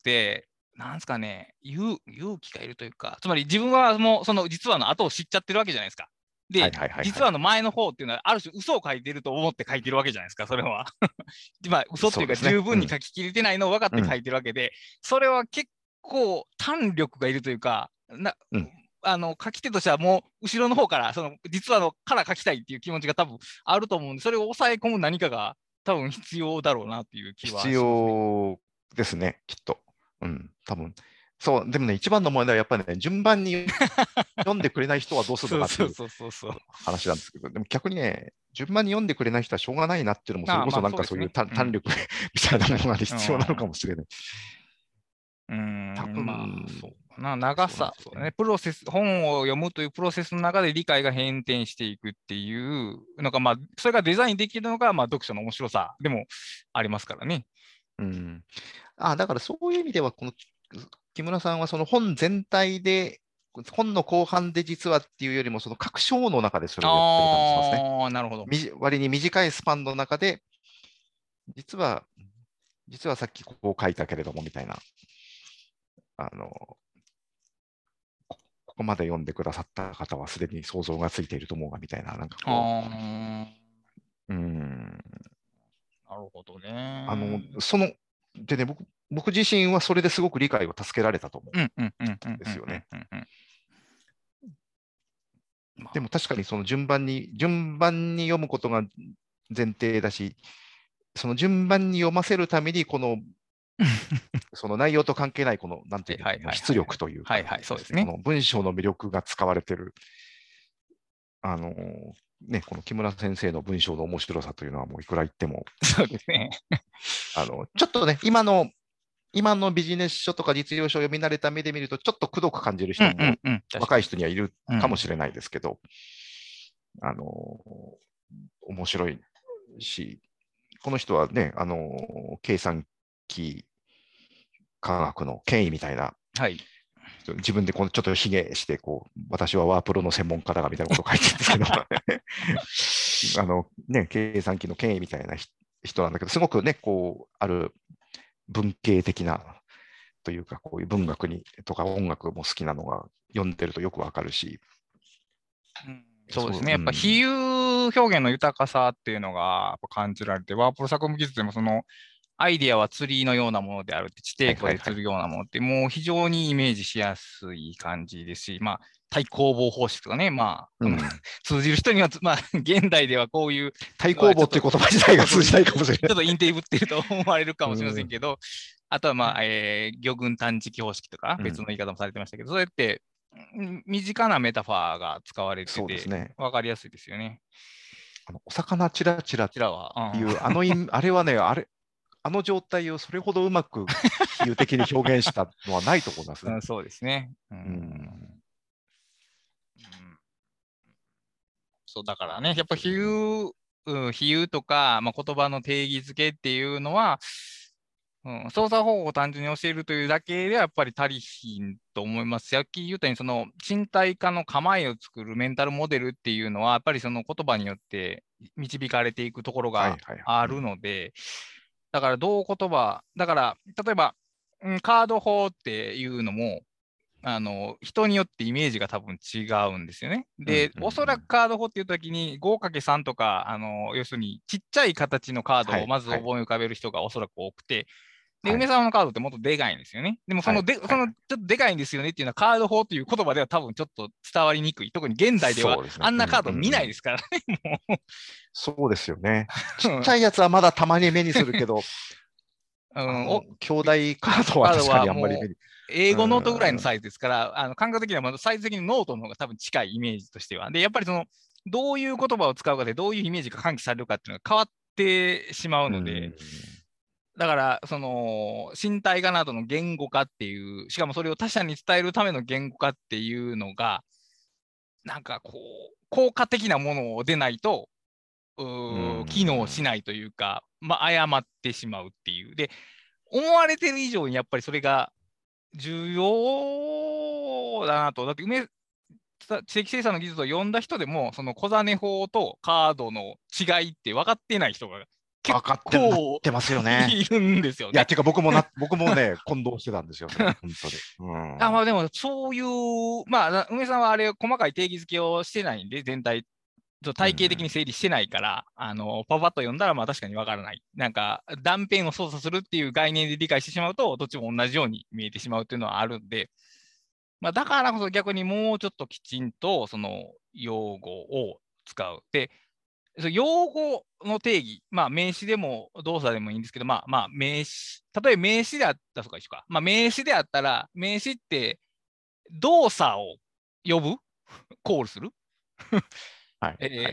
なんですかね、勇気がいるというか、つまり自分はもうその実話の後を知っちゃってるわけじゃないですか。 はいで、 はいはいはい。 実話の前の方っていうのは、ある種嘘を書いてると思って書いてるわけじゃないですか、それは。まあ、嘘っていうか、 そうですね。 十分にうん。 書ききれてないのを分かっうん。 て書いてるわけで、それは結構胆力がいるというか、 うん。 書き手としてはもう後ろの方から、その実話のから書きたいっていう気持ちが多分あると思うんで、それを抑え込む何かが多分必要だろうなっていう気必はしますね。 要ですね、きっと。うん。多分。そう、でもね、一番の問題はやっぱりね、順番に読んでくれない人はどうするのそうかっていうそうそうそうそう。 話なんですけど、でも逆にね、順番に読んでくれない人はしょうがないなっていうのも、それああ、まあこそなんかそうですね。 そういう胆うん。 力みたいなものがう必要なのかん。 もしれない。多まあ、そ分、 うかな。長そうなんでさ、 すよね。 そうね、プロセス、本を読むというプロセスの中で理解が変転していくっていうのが、まあ、それがデザインできるのが、まあ、読書の面白さでもありますからね。 うん。だからそういう意味では、この木村さんはその本全体で、本の後半で実はっていうよりも、その各章の中でそれをやってる感じしますね。 ああ、なるほど。 割に短いスパンの中で、実は、実はさっきここを書いたけれどもみたいな、あの、ここまで読んでくださった方はすでに想像がついていると思うがみたいな、なんかこああ、 う、 なるほどね。 でね、僕自身はそれですごく理解を助けられたと思うんうん、うん、うん、うん、うん、うん、 ですよね。 うん。まあ、 でも確かにその順番に読むことが前提だし、その順番に読ませるために、その内容と関係ない、なんていうの、 はいはいはいはい。 出力というかはいはい、そうでですね、こすね。 の文章の魅力が使われている、あのこの木村先生の文章の面白さというのはもういくら言っても、 そうですね。 ちょっとね、今のビジネス書とか実用書を読み慣れた目で見ると、ちょっとくどく感じるうん、う人もん、うん、確か若いに。 人にはいるうん。 かもしれないですけど、あの面白いし、この人はね、計算機科学の権威みたいな、 はい。 自分でこのちょっと卑下して私はワープロの専門家だがみたいなことを書いてるんですけど、計算機の権威みたいな人なんだけど、すごくね、ある文系的なというか、こういう文学とか音楽も好きなのが読んでるとよくわかるし、 うん、そうそう、 ですね。やっぱ比うん、 喩表現の豊かさっていうのがやっぱ感じられて、ワープロ作務技術でもそのアイディアは釣りのようなものであるって、地はい底湖はいはい。 で釣るようなものって、もう非常にイメージしやすい感じですし、まあ、対攻防方式とかね、まあ、 うん。 通じる人には、まあ、現代ではこういうのはちょっと、 対抗棒っていう言葉自体がそうそう、 通じないかもしれない。 ちょっとインテリぶってると思われるかもしれませんうん。 けど、あとは、まあ、魚群探知機方式とか、 うん。 別の言い方もされてましたけど、それって、身近なメタファーが使われてて、 そうですね。 わかりやすいですよね。 お魚チラチラっこちらは。 ていう、あれはね、あの状態をそれほどうまく比喩的に表現したのはないと思いますね。 うん、そうですね。 うん。 そう、だからね、やっぱ比喩とか、まあ、言葉の定義づけっていうのは、操作方法を単純に教えるというだけではやっぱり足りひんと思いますし、さっき言ったように、その身体化の構えを作るメンタルモデルっていうのは、やっぱりその言葉によって導かれていくところがはいはいはい。 あるうん。 ので、だからどう言葉、だから例えば、カード法っていうのも、人によってイメージが多分違うんですよね。で、 うんうんうおそらくん。 カード法っていうときに 5×3 とか、要するにちっちゃい形のカードをまずはいはい。 思い浮かべる人がおそらく多くて、 で、梅沢のカードってもっとでかいんですよね。でもそのちょっとでかいんですよねっていうのはカード法という言葉では多分ちょっと伝わりにくい。特に現代ではあんなカード見ないですからね、もう。 そうですよね。ちっちゃいやつはまだたまに目にするけど、兄弟カードは確かにあんまり目に。 英語ノートぐらいのサイズですから、感覚的にはまだサイズ的にノートの方が多分近いイメージとしては。で、やっぱりどういう言葉を使うかでどういうイメージが喚起されるかっていうのが変わってしまうので、だから、身体画などの言語化っていう、しかもそれを他者に伝えるための言語化っていうのが、なんか効果的なものでないと、機能しないというか、誤ってしまうっていう。で、思われてる以上にやっぱりそれが重要だなと。だって知的生産の技術を読んだ人でも、その小金法とカードの違いって分かってない人が結構ってますよね。 いるんですよね。 いや、てか僕もね、混同してたんですよ、本当に。 でも、そういう、梅さんはあれ、細かい定義づけをしてないんで、全体、体系的に整理してないから、パパッと読んだら、確かにわからない。なんか、断片を操作するっていう概念で理解してしまうと、どっちも同じように見えてしまうっていうのはあるんで、だからこそ逆にもうちょっときちんと、その用語を使う。で、用語の定義、名詞でも動作でもいいんですけど、名詞、例えば名詞であったとか一緒か。名詞であったら、名詞って動作を呼ぶコールするカ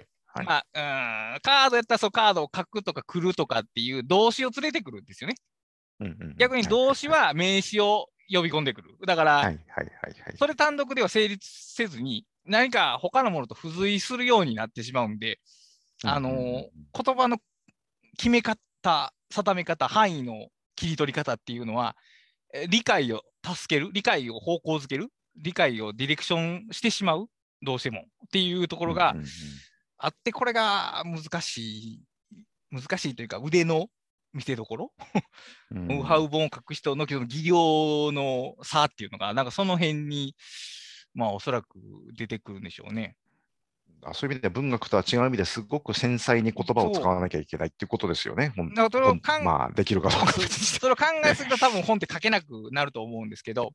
ードやったらそうカードを書くとか来るとかっていう動詞を連れてくるんですよね。逆に動詞は名詞を呼び込んでくる。だから、それ単独では成立せずに、何か他のものと付随するようになってしまうんで、言葉の決め方、定め方、範囲の切り取り方っていうのは、理解を助ける、理解を方向づける、理解をディレクションしてしまう、どうしてもっていうところがあって、これが難しいというか、腕の見せどころ、ノウハウ本を書く人の技量の差っていうのが、なんかその辺に、おそらく出てくるんでしょうね。 そういう意味では文学とは違う意味ですごく繊細に言葉を使わなきゃいけないっていうことですよね。できるかどうか。 それを考えすぎると多分本って書けなくなると思うんですけど、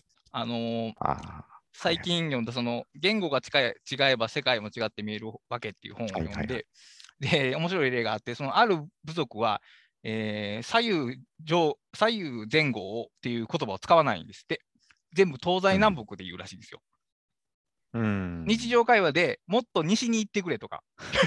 最近読んだその言語が違えば世界も違って見えるわけっていう本を読んで、で、面白い例があって、そのある部族は、左右前後っていう言葉を使わないんですって。全部東西南北で言うらしいんですよ。日常会話でもっと西に行ってくれとか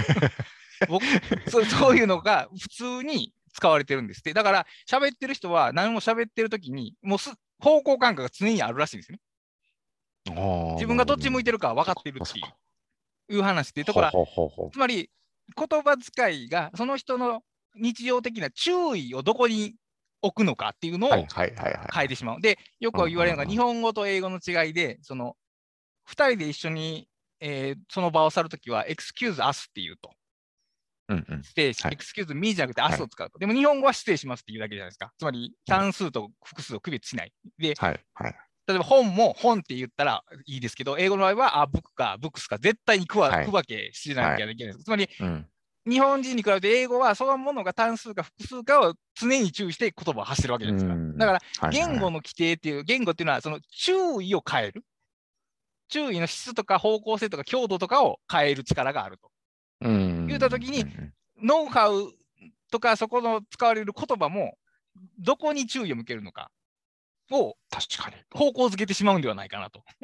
そういうのが普通に使われてるんですって。だから喋ってる人は何も喋ってる時にもう方向感覚が常にあるらしいんですよね。自分がどっち向いてるか分かってるっていう話で、だからつまり言葉遣いがその人の日常的な注意をどこに置くのかっていうのを変えてしまう。で、よく言われるのが日本語と英語の違いで、その2人で一緒に、その場を去るときは、excuse us って言うと。excuse me じゃなくて us を使うと。でも日本語は失礼しますって言うだけじゃないですか。つまり単数と複数を区別しない。で、例えば本も本って言ったらいいですけど、英語の場合はブックかブックスか絶対に区分けしなきゃいけないです。つまり、日本人に比べて英語はそのものが単数か複数かを常に注意して言葉を発してるわけじゃないですか。だから言語の規定っていう、言語っていうのはその注意を変える。注意の質とか方向性とか強度とかを変える力があると。言ったときに、ノウハウとかそこの使われる言葉もどこに注意を向けるのかを方向づけてしまうんではないかなと。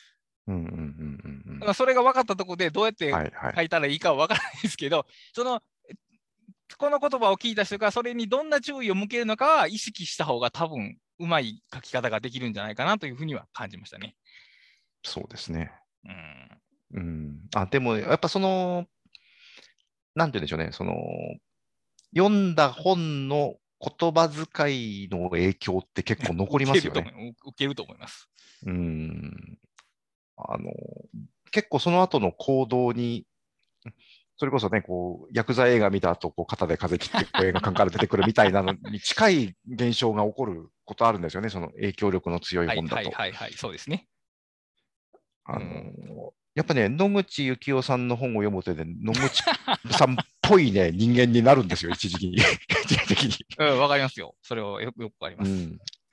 それが分かったところでどうやって書いたらいいかは分からないですけど、この言葉を聞いた人がそれにどんな注意を向けるのかは意識した方が多分うまい書き方ができるんじゃないかなというふうには感じましたね。 そうですね。でも、やっぱなんて言うんでしょうね、読んだ本の言葉遣いの影響って結構残りますよね。 受けると思います。 結構その後の行動に、それこそね、ヤクザ映画見た後、肩で風切って映画館から出てくるみたいなのに近い現象が起こることあるんですよね、その影響力の強い本だと。 そうですね。 やっぱね、野口幸雄さんの本を読むとね、野口さんっぽぽいね、人間になるんですよ、一時期に。一時的に。 わかりますよ。それをよくわかります。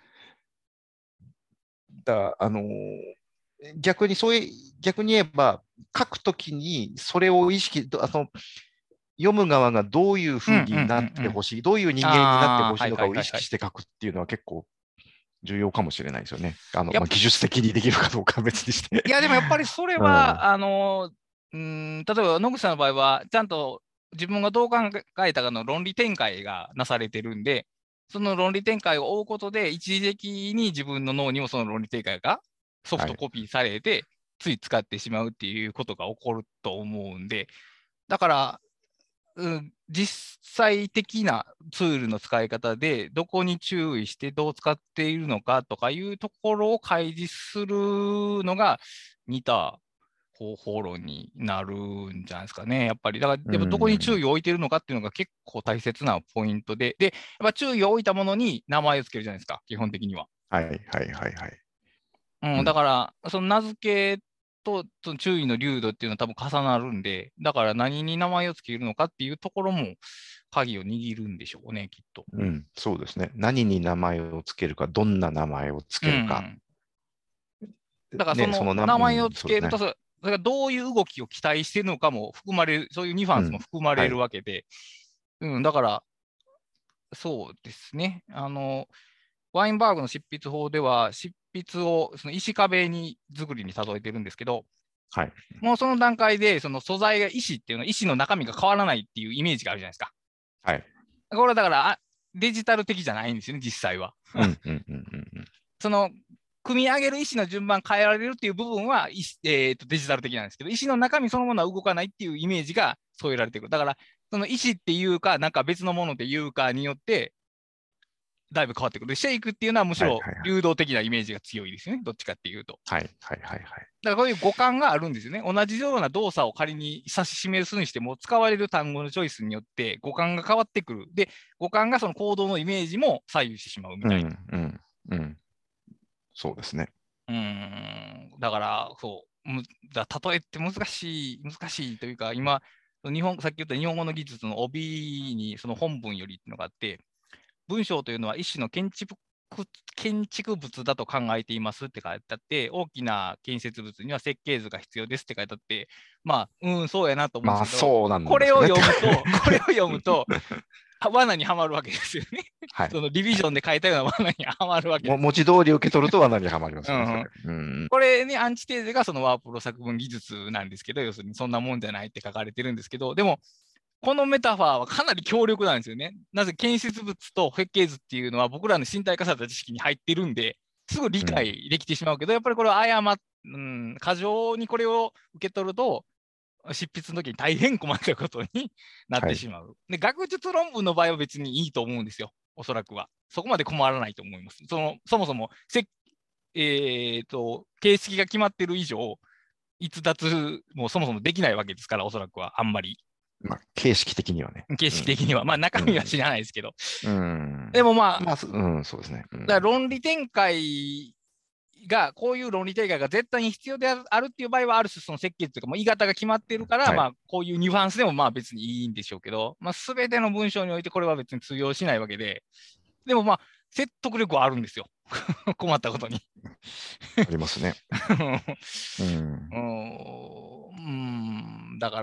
だ逆に逆に言えば、書くときにそれを意識、読む側がどういうふうになってほしい、どういう人間になってほしいのかを意識して書くっていうのは結構重要かもしれないですよね。技術的にできるかどうかは別にして。 いや、でもやっぱりそれは、例えば野口さんの場合は、ちゃんと自分がどう考えたかの論理展開がなされてるんで、その論理展開を追うことで、一時的に自分の脳にもその論理展開がソフトコピーされて、つい使ってしまうっていうことが起こると思うんで、だから、実際的なツールの使い方で、どこに注意してどう使っているのかとかいうところを開示するのが似た方法論になるんじゃないですかね、やっぱり。だから、やっぱどこに注意を置いているのかっていうのが結構大切なポイントで、やっぱ注意を置いたものに名前を付けるじゃないですか、基本的には。 はいはいはいはい。 だから、その名付けとその注意の流度っていうのは多分重なるんで、だから何に名前を付けるのかっていうところも鍵を握るんでしょうね、きっと。 そうですね。何に名前を付けるか、どんな名前を付けるか。 だからその名前を付けると、それがどういう動きを期待しているのかも含まれる、そういうニュアンスも含まれるわけで、だから、そうですね。ワインバーグの執筆法では、執筆をその石壁に作りに例えてるんですけど、もうその段階でその素材が石っていうのは石の中身が変わらないっていうイメージがあるじゃないですか。これはだからデジタル的じゃないんですよね、実際は。その組み上げる石の順番変えられるっていう部分は、デジタル的なんですけど、石の中身そのものは動かないっていうイメージが添えられてくる。だから、その石っていうか、なんか別のものでいうかによって、だいぶ変わってくる。シェイクっていうのはむしろ流動的なイメージが強いですよね、どっちかっていうと。だからこういう語感があるんですよね。同じような動作を仮に指し示すにしても、使われる単語のチョイスによって語感が変わってくる。で、語感がその行動のイメージも左右してしまうみたいな。 そうですね。 だから、例えって難しいというか、今、さっき言った日本語の技術の帯にその本文よりっていうのがあって、文章というのは一種の建築物だと考えていますって書いてあって、大きな建設物には設計図が必要ですって書いてあって、そうやなと思うんですけど、これを読むと、罠にはまるわけですよね。そのリビジョンで書いたような罠にはまるわけです。 文字通り受け取ると罠にはまりますね。 これにアンチテーゼがそのワープロ作文技術なんですけど、要するにそんなもんじゃないって書かれてるんですけど、でも、このメタファーはかなり強力なんですよね。なぜ建設物と設計図っていうのは僕らの身体化された知識に入ってるんで、すぐ理解できてしまうけど、やっぱりこれは過剰にこれを受け取ると、執筆の時に大変困ったことになってしまう。で、学術論文の場合は別にいいと思うんですよ、おそらくは。そこまで困らないと思います。そもそも形式が決まってる以上、逸脱もそもそもできないわけですから、おそらくはあんまり。 形式的にはね。 形式的には。中身は知らないですけど。でもそうですね。 だから論理展開が、こういう論理展開が絶対に必要であるっていう場合は、ある種その設計というか、言い方が決まっているから、こういうニュアンスでも別にいいんでしょうけど、すべての文章においてこれは別に通用しないわけで、でも説得力はあるんですよ。困ったことに。 ありますね。 だから、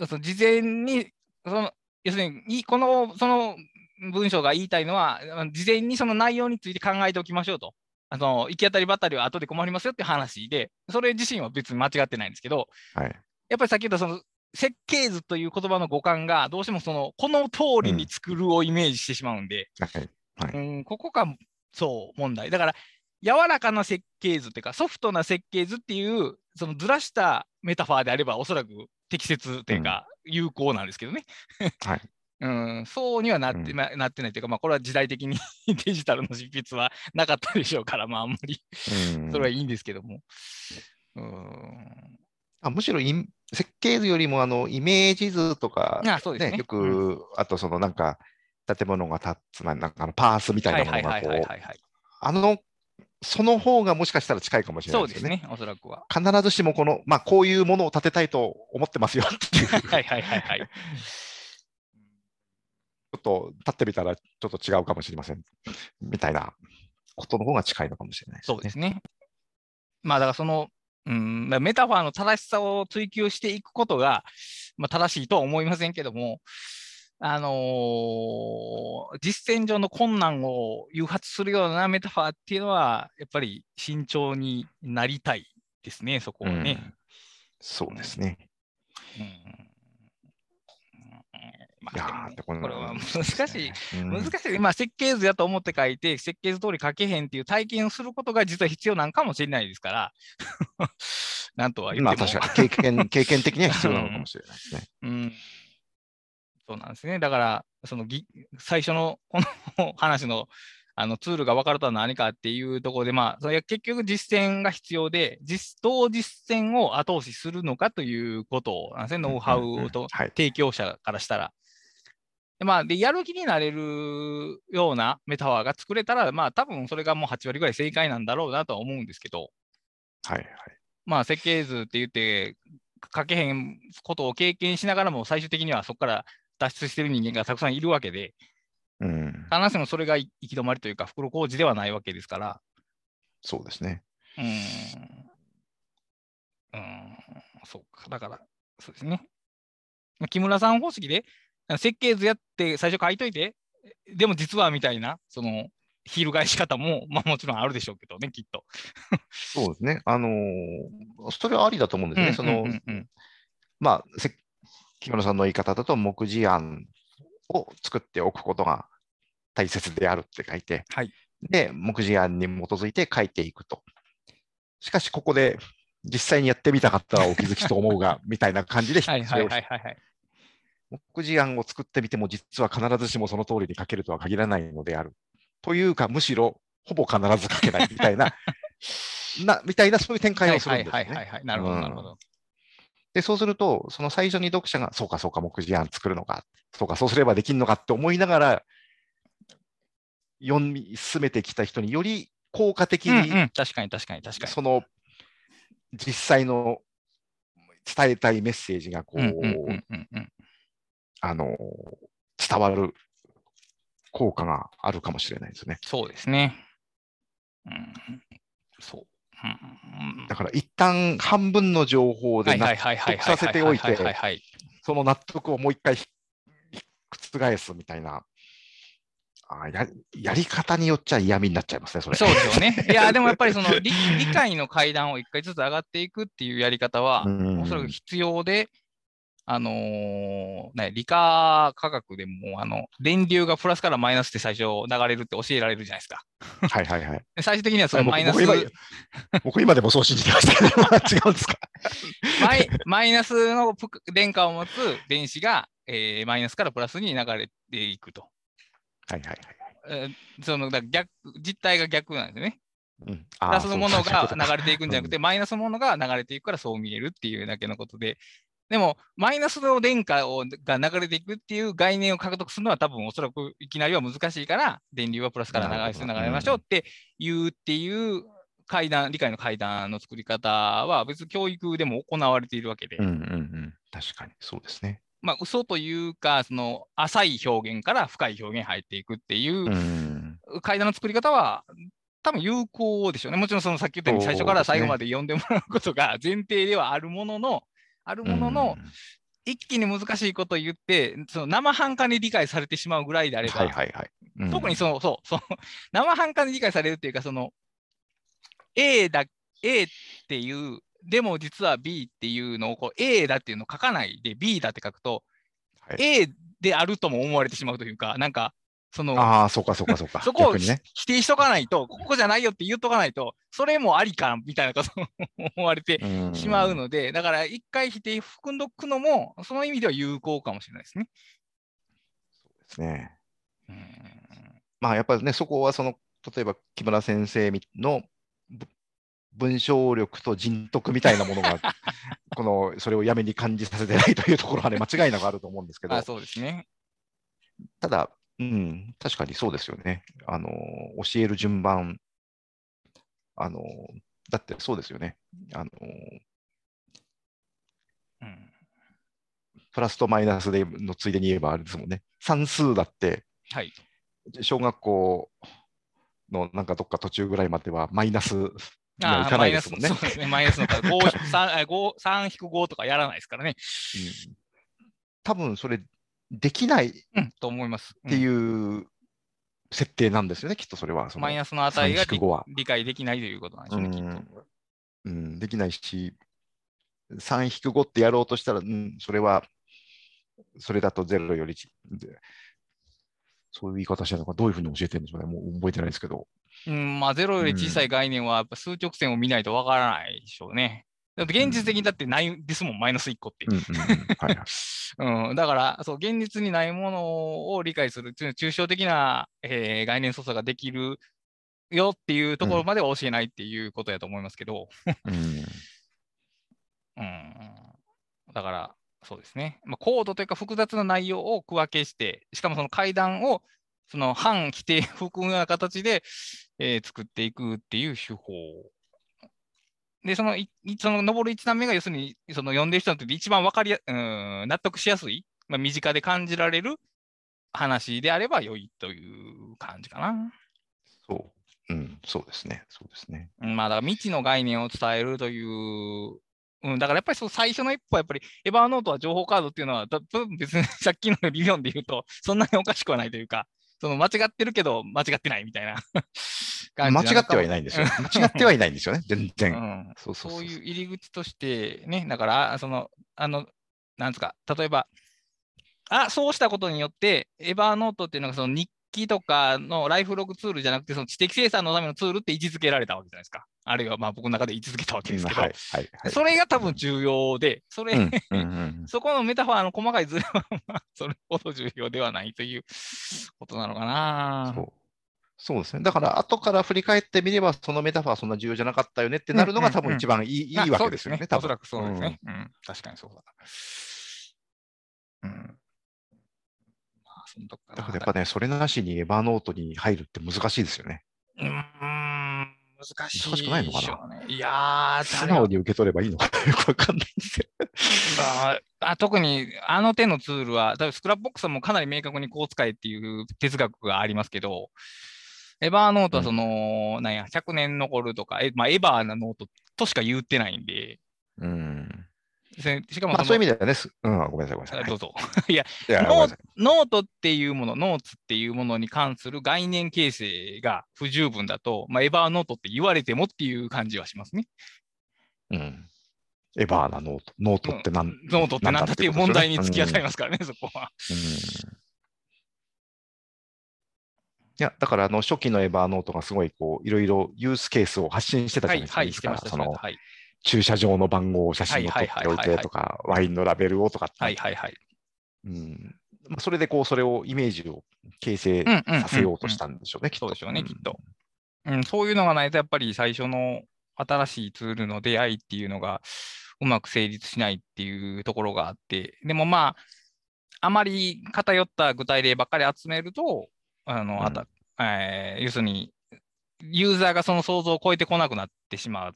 事前に、要するに、その文章が言いたいのは、事前にその内容について考えておきましょうと。行き当たりばったりは後で困りますよっていう話で、それ自身は別に間違ってないんですけど、やっぱりさっき言ったその設計図という言葉の語感がどうしてもこの通りに作るをイメージしてしまうんで、ここが問題。だから、柔らかな設計図というか、ソフトな設計図っていう、そのずらしたメタファーであれば、おそらく適切というか、有効なんですけどね。そうにはなってないというか、これは時代的にデジタルの執筆はなかったでしょうから、あんまりそれはいいんですけども。 むしろ設計図よりもイメージ図とか、よく、あとなんか建物が建つ、パースみたいなものがその方がもしかしたら近いかもしれないですよね。 そうですね、おそらくは。 必ずしもこういうものを建てたいと思ってますよっていう。 っと立ってみたらちょっと違うかもしれませんみたいなことの方が近いのかもしれないですね。 そうですね。まあだからだからメタファーの正しさを追求していくことが、まあ、正しいとは思いませんけども、実践上の困難を誘発するようなメタファーっていうのは、やっぱり慎重になりたいですね、そこはね。 そうですね。 うん、まいやあでもね、 でここれは難難しいですしい、 ね。 難しい。まあ設計図やと思って書いて、設計図通り書けへんっていう体験をすることが実は必要なんかもしれないですから、なんとは言っても。 まあ確かに経験的には必要なのかもしれないですね。 うん、そうなんですね。だから、最初のこの話のツールが分かるとは何かっていうところで、まあ、それ結局実践が必要で、どう実践を後押しするのかということなんですね、ノウハウとはい。 提供者からしたら。で、まあ、で、やる気になれるようなメタファーが作れたら、まあ、多分それがもう8割ぐらい正解なんだろうなとは思うんですけど、 はい。 まあ、設計図って言って、書けへんことを経験しながらも、最終的にはそこから脱出している人間がたくさんいるわけで、 うん。 必ずしもそれが行き止まりというか、袋小路ではないわけですから、 そうですね。 うーん、そうか。だから、そうですね。木村さん方式で、設計図やって最初書いといて、でも実はみたいな、翻し方も、まあもちろんあるでしょうけどね、きっと。 そうですね。それはありだと思うんですよね。まあ、木村さんの言い方だと、目次案を作っておくことが大切であるって書いて、 はい。 で、目次案に基づいて書いていくと。しかし、ここで実際にやってみたかったらお気づきと思うが、みたいな感じで、 はいはいそれをはいはいはい。 目次案を作ってみても、実は必ずしもその通りに書けるとは限らないのである。というか、むしろ、ほぼ必ず書けないみたいな、みたいなそういう展開をするはいはいんですよね。 はいはいはい。なるほどなるほうん。 ど。 で、そうすると、その最初に読者が、そうかそうか、目次案作るのか、そうか、そうすればできるのかって思いながら、読み進めてきた人により効果的に、 うんうん。確かに確かに確かに。 その実際の伝えたいメッセージがうんうんうう、 んうんうん。 あの、伝わる効果があるかもしれないですね。 そうですね。うん、そう。うん、 だから一旦半分の情報で納はいはいはいはい得させてはいはいはいおいて、 はいはい。 その納得をもう一回覆すみたいな、やり方によっちゃ嫌味になっちゃいますね、それ。 そうでしょうね。いや、でもやっぱり理解の階段を一回ずつ上がっていくっていうやり方うは、おそらくん。 必要で、理科科学でも、電流がプラスからマイナスって最初流れるって教えられるじゃないですか。 はいはいはい。 で最終的にはそのマイナス、 僕今でもそう信じてましたけど、違うんですか。 マイナスの電荷を持つ電子が、マイナスからプラスに流れていくと。 はいはいはい。 実態が逆なんですね。 うん、 プラスのものそういうこがとか。 流れていくんじゃなくて、 うん、 マイナスのものが流れていくからそう見えるっていうだけのことで、でも、マイナスの電荷が流れていくっていう概念を獲得するのは多分おそらくいきなりは難しいから、電流はプラスから流れましょうっていう理解の階段の作り方は別に教育でも行われているわけで、 確かにそうですね。 まあ、嘘というか、浅い表現から深い表現入っていくっていううん、 階段の作り方は、多分有効でしょうね。もちろんさっき言ったように最初かそうら最後まですね。 で読んでもらうことが前提ではあるうものの、 ん、 一気に難しいことを言って、生半可に理解されてしまうぐらいであれば、 はいはいはい。うん、 特に生半可に理解されるっていうか、A だ、A っていう、でも実は B っていうのをA だっていうのを書かないで B だって書くと、 はい。 A であるとも思われてしまうというか、なんか、 ああ、そうかそうかそうか。 そこを逆にね。 否定しとかないと、ここじゃないよって言っとかないと、それもありかみたいなことを思われてうしまうん、 ので、だから一回否定含んどくのも、その意味では有効かもしれないですね。 ですね。 うん、 まあやっぱりね、そこは例えば木村先生の文章力と人徳みたいなものが、それをやめに感じさせてないというところはね、間違いなくあると思うんですけあ、 ど、 そうですね。 ただ、確かにそうですよね。教える順番、あの、だってそうですよね。あの、 うん、 プラスとマイナスでのついでに言えばあれですもんね。算数だって、 はい。 小学校のなんかどっか途中ぐらいまではマイナスにはいああ、 かなマイナス、 いですもんね。 そうですね。マイナスの数、5引く3、3引く5とかやらないですからね。 うん、多分それできないっうん、と思います。うていん。 う設定なんですよね、きっとそれは。そのマイナスの値が 3-5は。 理解できないということなんでしょうね、きっと。 うん、うん、できないし、3-5ってやろうとしたら、それは、それだと0よりで、そういう言い方してるのか、どういうふうに教えてるんでしょうね。もう覚えてないですけど。 うん、まあ、ゼロより小さいうん、 概念は、やっぱ数直線を見ないとわからないでしょうね。だって現実的にうん、 だってないですもん、マイナス1個って。 うん、うん、うん、はいはい。 うん、だから、そう、現実にないものを理解する、抽象的な、概念操作ができるよっていうとうん、 ころまでは教えないっていうことやと思いますけど、 うん、 うん、だから、そうですね。まあ、コードというか複雑な内容を区分けして、しかもその階段をその反規定含むような形で、作っていくっていう手法。で、その登る一段目が要するに、その読んでる人にとって一番わかりや、納得しやすい、まあ、身近で感じられる話であれば良いという感じかな。 そう、そうですね、そうですね。 まあ、だから未知の概念を伝えるという、だからやっぱりその最初の一歩はやっぱり、エヴァーノートは情報カードっていうのは、別にさっきの理論で言うと、そんなにおかしくはないというか、その間違ってるけど、間違ってないみたいな感間違ってじなのかも。 はいないんですよ。間違ってはいないんですよね、全然。 うん、 そうそうそうそうそいう入り口としてね、だから、なんですか、例えば、そうしたことによって、エヴァーノートっていうのがその日記とかのライフログツールじゃなくて、その知的生産のためのツールって位置づけられたわけじゃないですか。あるいはまあ僕の中で位置づけたわけう。 ですけど、 はい、はい、はい、 それが多はい。 分重要で、 うん、うん、うん。 そこのメタファーの細かいズレは、まあ、それほど重要ではないということなのかな。 そう。そうですね。だから、後から振り返ってみれば、そのメタファーはそんな重要じゃなかったよねってうん、 なるのがうん、うん。 多分一番いいわそうですね。 けですよね、多分。 おそらくそうですね。 うん。 うん、確かにそうだ。うん。まあ、そのとこかな。 だからやっぱね、それなしにエヴァーノートに入るって難しいですよね。 難難しくないしいでのかな。 しょうね。いやー、 素直に受け取ればいいのかよくわかんないんですよ。 特にあの手のツールは、多分スクラップボックスはもうかなり明確にこう使えっていう哲学がありますけど、エバーノートはそうん。 の、なんや、100年残るとか、まあ、エバーなノートとしか言ってないんで、 うん。 しかもまあその、 そういう意味ではね、ごめんなさい、ごめんなさい。はい。 どうぞ。いや、 いや、ごめんなさい。 ノートっていうもの、ノーツっていうものに関する概念形成が不十分だと、まあ、エバーノートって言われてもっていう感じはしますね。 うん。エヴァーなノート。ノートうん、 ってノートってなんだってなんだっていういうことですよね。 問題に突き当たりますからね、そこは。 うん。いや、だから初期のエヴァーノートがすごいこう、いろいろユースケースを発信してたはい、 じゃないですか。 はい、 いくつか、 してました、してました。はい。 駐車場の番号を写はい、はい、 真を撮っはい、 ておいはい、はい。 てとか、ワインのラベルをとかってはい、はい、はい。 うん。まあそれでこう、それを、イメージを形成うん、うん、 さうん、うん。 せようとしたんでしょうね、きっと。 そうでしょうね、きっうん。 と。うん、そういうのがないと、やっぱり最初の新しいツールの出会いっていうのがうまく成立しないっていうところがあって、でもまあ、あまり偏った具体例ばっかり集めると、あの、あた、 うん。 要するに、ユーザーがその想像を超えてこなくなってしまって、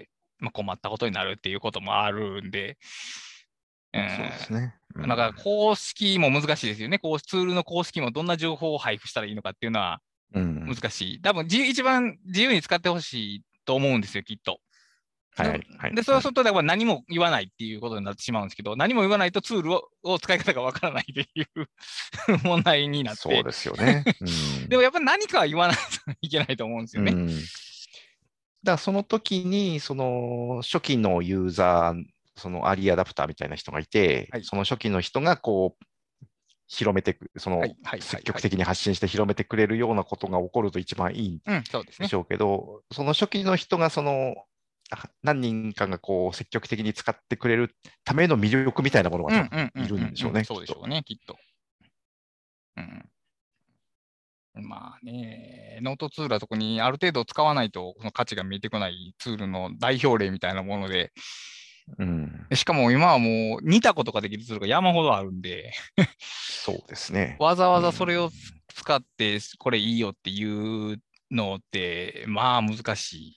まあ、困ったことになるっていうこともあるんで、うそうですん、 ね。うん。 だから公式も難しいですよね。ツールの公式もどんな情報を配布したらいいのかっていうのはうん。 難しい。多分一番自由に使ってほしいと思うんですよ、きっと。 はい、はい。 で、そうすると、だから何も言わないっていうことになってしまうんですけど、何も言わないとツールを使い方がわからないっていう問題になって、 そうですよね。うん。 でもやっぱり何かは言わないといけないと思うんですよね。 うん。だからその時に、初期のユーザー、そのアリーアダプターみたいな人がいて、 はい。 その初期の人がこう、広めてく、 はい、はい、はい、はい。 積極的に発信して広めてくれるようなことが起こると一番いいんうん、そうですね。 でしょうけど、その初期の人が何人かがこう積極的に使ってくれるための魅力みたいなものがうん、 多分うん、うん、 いるうん、うん、 んでしょうね、きっと。 そうでしょうね、きっと。うん。まあね、ノートツールは特にある程度使わないと、その価値が見えてこないツールの代表例みたいなもので、 うん、 しかも今はもう似たことができるツールが山ほどあるんで、 そうですね。 わざわざそうん、 れを使ってこれいいよっていうのって、まあ難し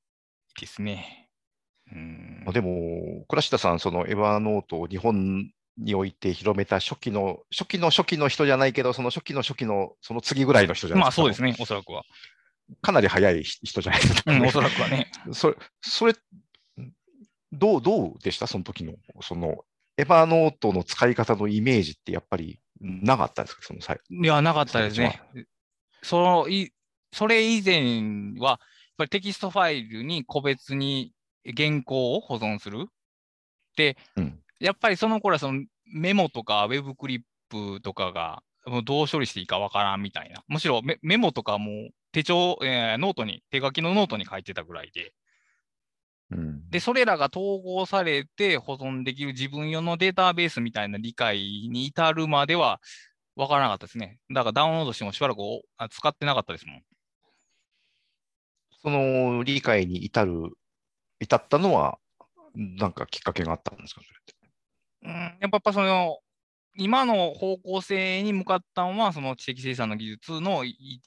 いですね。うん。 まあでも、倉下さん、そのエヴァーノートを日本において広めた初期の人じゃないけど、その初期のその次ぐらいの人じゃないですか、多分。 まあそうですね、おそらくは。 かなり早い人じゃないですか、 うん、 多分ね。 おそらくはね。 それ、どうでしたその時の、エヴァノートの使い方のイメージってやっぱりなかったんですか、 いや、なかったその一番。 ですね。そのい、それ以前は、やっぱりテキストファイルに個別に原稿を保存する。で、 うん。 やっぱりその頃はそのメモとかウェブクリップとかがもうどう処理していいかわからんみたいな。むしろメモとかも手帳、ノートに、手書きのノートに書いてたぐらいで。 うん。 で、それらが統合されて保存できる自分用のデータベースみたいな理解に至るまではわからなかったですね。だからダウンロードしてもしばらく使ってなかったですもん。 その理解に至ったのは、なんかきっかけがあったんですか、それって。 うん、やっぱその、今の方向性に向かったのは、その知的生産の技術の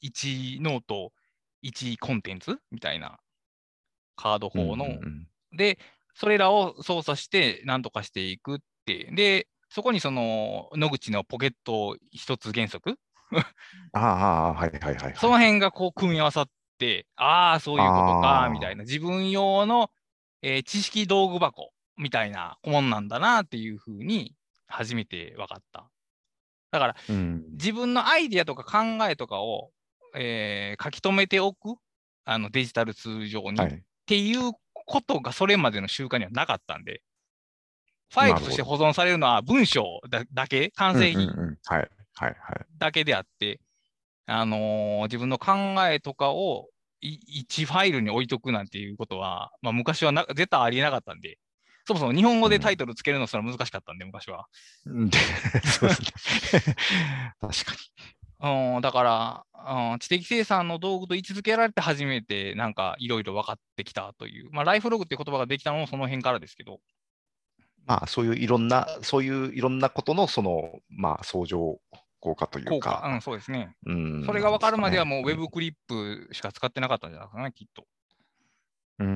1ノート、1コンテンツみたいなカードうんう法の、 んで、それらを操作して何とかしていくって、で、そこにその野口のポケット一つ原則、 はいはいはいはい。 その辺がこう組み合わさって、ああ、そういうことか、みたいああ、 な、自分用の、知識道具箱みたいなもんなんだなっていうふうに初めて分かった。だから、 うん。 自分のアイディアとか考えとかを、書き留めておく、デジタルツール上にっはい。 ていうことがそれまでの習慣にはなかったんで、ファイルとしてなるほど。 保存されるのは文章だけ、完うんうん成品うん。はい。はいはい。 だけであって、自分の考えとかを1ファイルに置いとくなんていうことは、まあ、昔は絶対ありえなかったんで、そもそも日本語でタイうん。 トルつけるのすら難しかったんで、昔は。 でそうですね。確かだから、知的生産の道具と位置づけられて初めてなんかいろいろ分かってきたという、まあ、ライフログっていう言葉ができたのもその辺からですけど、 に。まあ、そういういろんなことの、まあ、相乗効果という効果、 か、 そうですね。 なんそれが分かるですかね。 まではもうウェブクリップしか使ってなかったんじゃないかな、きっと。 うん。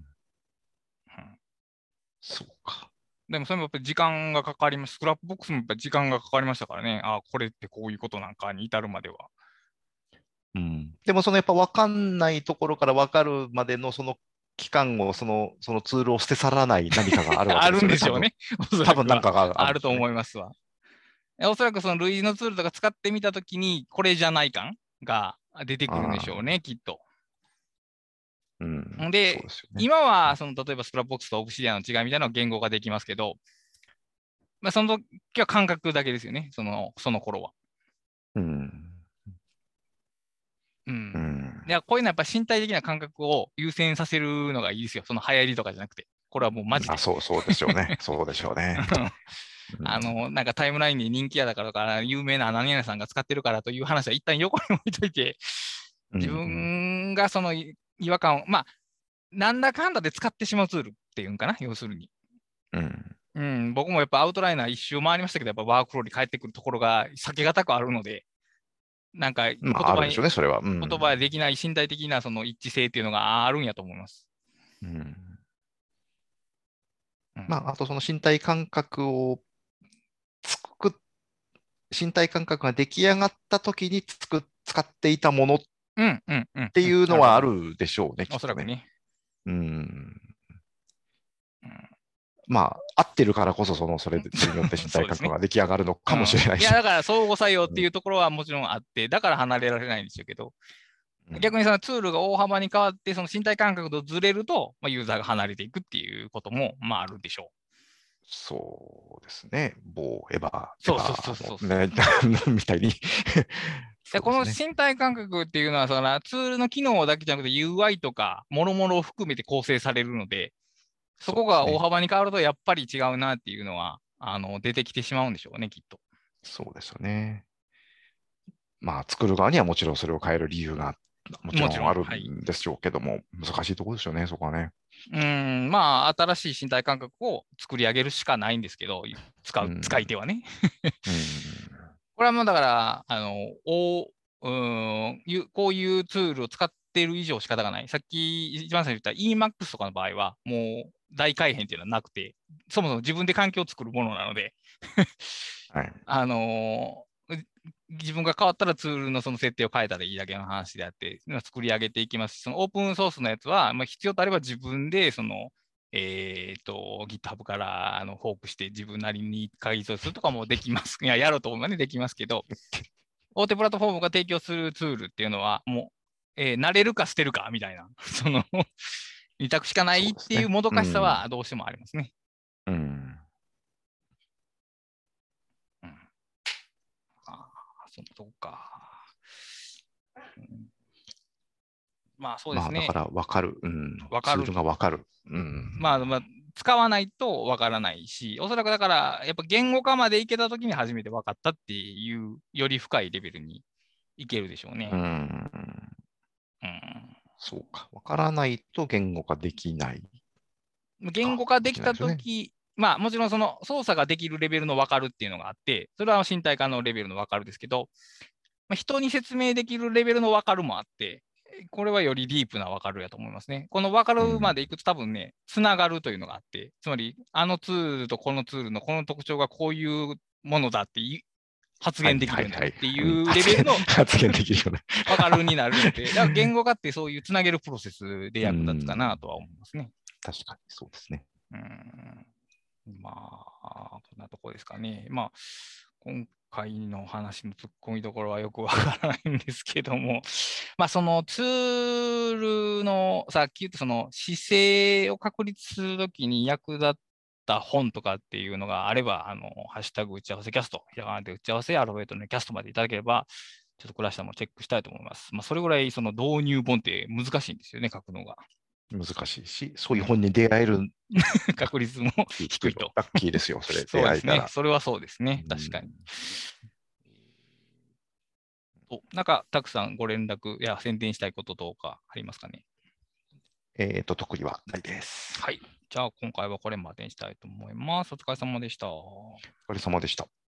うん、 そうか。 でもそれもやっぱり時間がかかります。スクラップボックスもやっぱり時間がかかりましたからね。ああ、これってこういうことなんかに至るまでは。 うん。でも、やっぱ分かんないところから分かるまでのその期間を、そのツールを捨て去らない何かがあるわあるけですよね、多分。 んでしょうね。おそ多らくは。 分なんかがああるとるんですよね。 思いますわ。おそらくその類似のツールとか使ってみたときに、これじゃない感が出てくるんでしょうああ、 ね、きっと。 うん。そうで、 ですよね。 今はその例えばスクラップボックスとオブシディアンの違いみたいなのを言語化できますけど、まあ、その時は感覚だけですよね、その頃は。 うん。 うん。 うん。 いや、こういうのはやっぱ身体的な感覚を優先させるのがいいですよ。その流行りとかじゃなくて。これはもうマジあ、 で。 そうでしょうね。そうでしょうね。うん。 なんかタイムラインに人気やだからとか、有名な何々さんが使ってるからという話は一旦横に置いといて、自うん。 分がその違和感を、まあ、なんだかんだで使ってしまうツールっていうんかな、要するに。 うん。 うん、僕もやっぱアウトライナー一周回りましたけど、やっぱワークフローに帰ってくるところが避けがたくあるので、なんかまあ、あるでしょうね、それは。うん。 言葉でできない身体的なその一致性っていうのがあるんやと思います。 うん。 うん、 まあ、あとその作っ、身体感覚が出来上がった時に使っていたものっうん、うん、うん、 てうん。 いうのはあなるほど。 るでしょうね、きっとね。 おそらくね。 うん。 うん、 まあ、合ってるからこそ、それによって身体感覚そうですね。 が出来上がるのかもしうん。いや、 れないし。 だから相互作用ってうん。 いうところはもちろんあって、だから離れられないんでしょうけど、 うん。 逆にそのツールが大幅に変わって、その身体感覚とずれると、まあ、ユーザーが離れていくっていうことも、まあ、あるでしょう。 そうですね。某エそうそうそうヴそうそう。 ァのね、みたいにで、このそうですね。 身体感覚っていうのは、そのツールの機能だけじゃなくて UI とか、もろもろを含めて構成されるので、そこが大そうですね。 幅に変わると、やっぱり違うなっていうのは、出てきてしまうんでしょうね、きっと。 そうですよね。まあ、作る側にはもちろんそれを変える理由がもちもちろん、 ろんあるはい。 んでしょうけども、難しいところですよね、そこはね。 まあ、新しい身体感覚を作り上げるしかないんですけど、 うん。 使い手はね。 うん。 これはもうだから、こういうツールを使っている以上仕方がない。さっき一番最初に言った Emacs とかの場合は、もう大改変っていうのはなくて、そもそも自分で環境を作るものなので、 はい。 自分が変わったらツールのその設定を変えたらいいだけの話であって、作り上げていきますし、そのオープンソースのやつは、まあ、必要とあれば自分でGitHub からフォークして自分なりに改造するとかもできます。いや、やろうと思えばね、できますけど、大手プラットフォームが提供するツールっていうのは、もう、慣れるか捨てるかみたいな、その二択しかないっていうそうですね。 もどかしさはどうしてもありますね。 うん。 うん、あそうか。まあそうでまあ、だかすね。 ら分かる。うん。 わかる。 ツールが分かる。うん。 まあ、使わないとわからないし、おそらくだから、やっぱ言語化までいけたときに初めて分かったっていう、より深いレベルにいけるでしょううね。 ん。 うん。 そうか。分からないと言語化できない言語か。で化できたきないですよね。 とき、まあもちろんその操作ができるレベルの分かるっていうのがあって、それは身体化のレベルの分かるですけど、まあ、人に説明できるレベルの分かるもあって、これはよりディープな分かるやと思いますね。この分かるまでいくと多分ね、つながるというのがあって、つまり、あのツールとこのツールのこの特徴がこういうものだって発はい言できるようになはいはい。 るっていうん、 うレベルの発言できるよね。 分かるになるので、だから言語化ってそういうつなげるプロセスでう役立つかなん。 とは思いますね。 確かにそうですね。 うん。まあ、こんなところですかね。まあ、今回の話の突っ込みどころはよくわからないんですけども、まあ、そのツールの、さっき言ったその姿勢を確立するときに役立った本とかっていうのがあれば、ハッシュタグ打ち合わせキャスト、ひらがなで打ち合わせ、アルファベットのキャストまでいただければ、ちょっとクラスターもチェックしたいと思います。まあ、それぐらいその導入本って難しいんですよね、書くのが。 難しいし、そういううん、 本に出会える確率も低いと。 ラッキーですよ、それそうですね。 出会えたら。 それはそうですね。 うん確かに。なんか、たくさんご連絡や宣伝したいこととかありますかね。 特にはないです。 はい。じゃあ、今回はこれまでにしたいと思います。お疲れ様でした。 お疲れ様でした。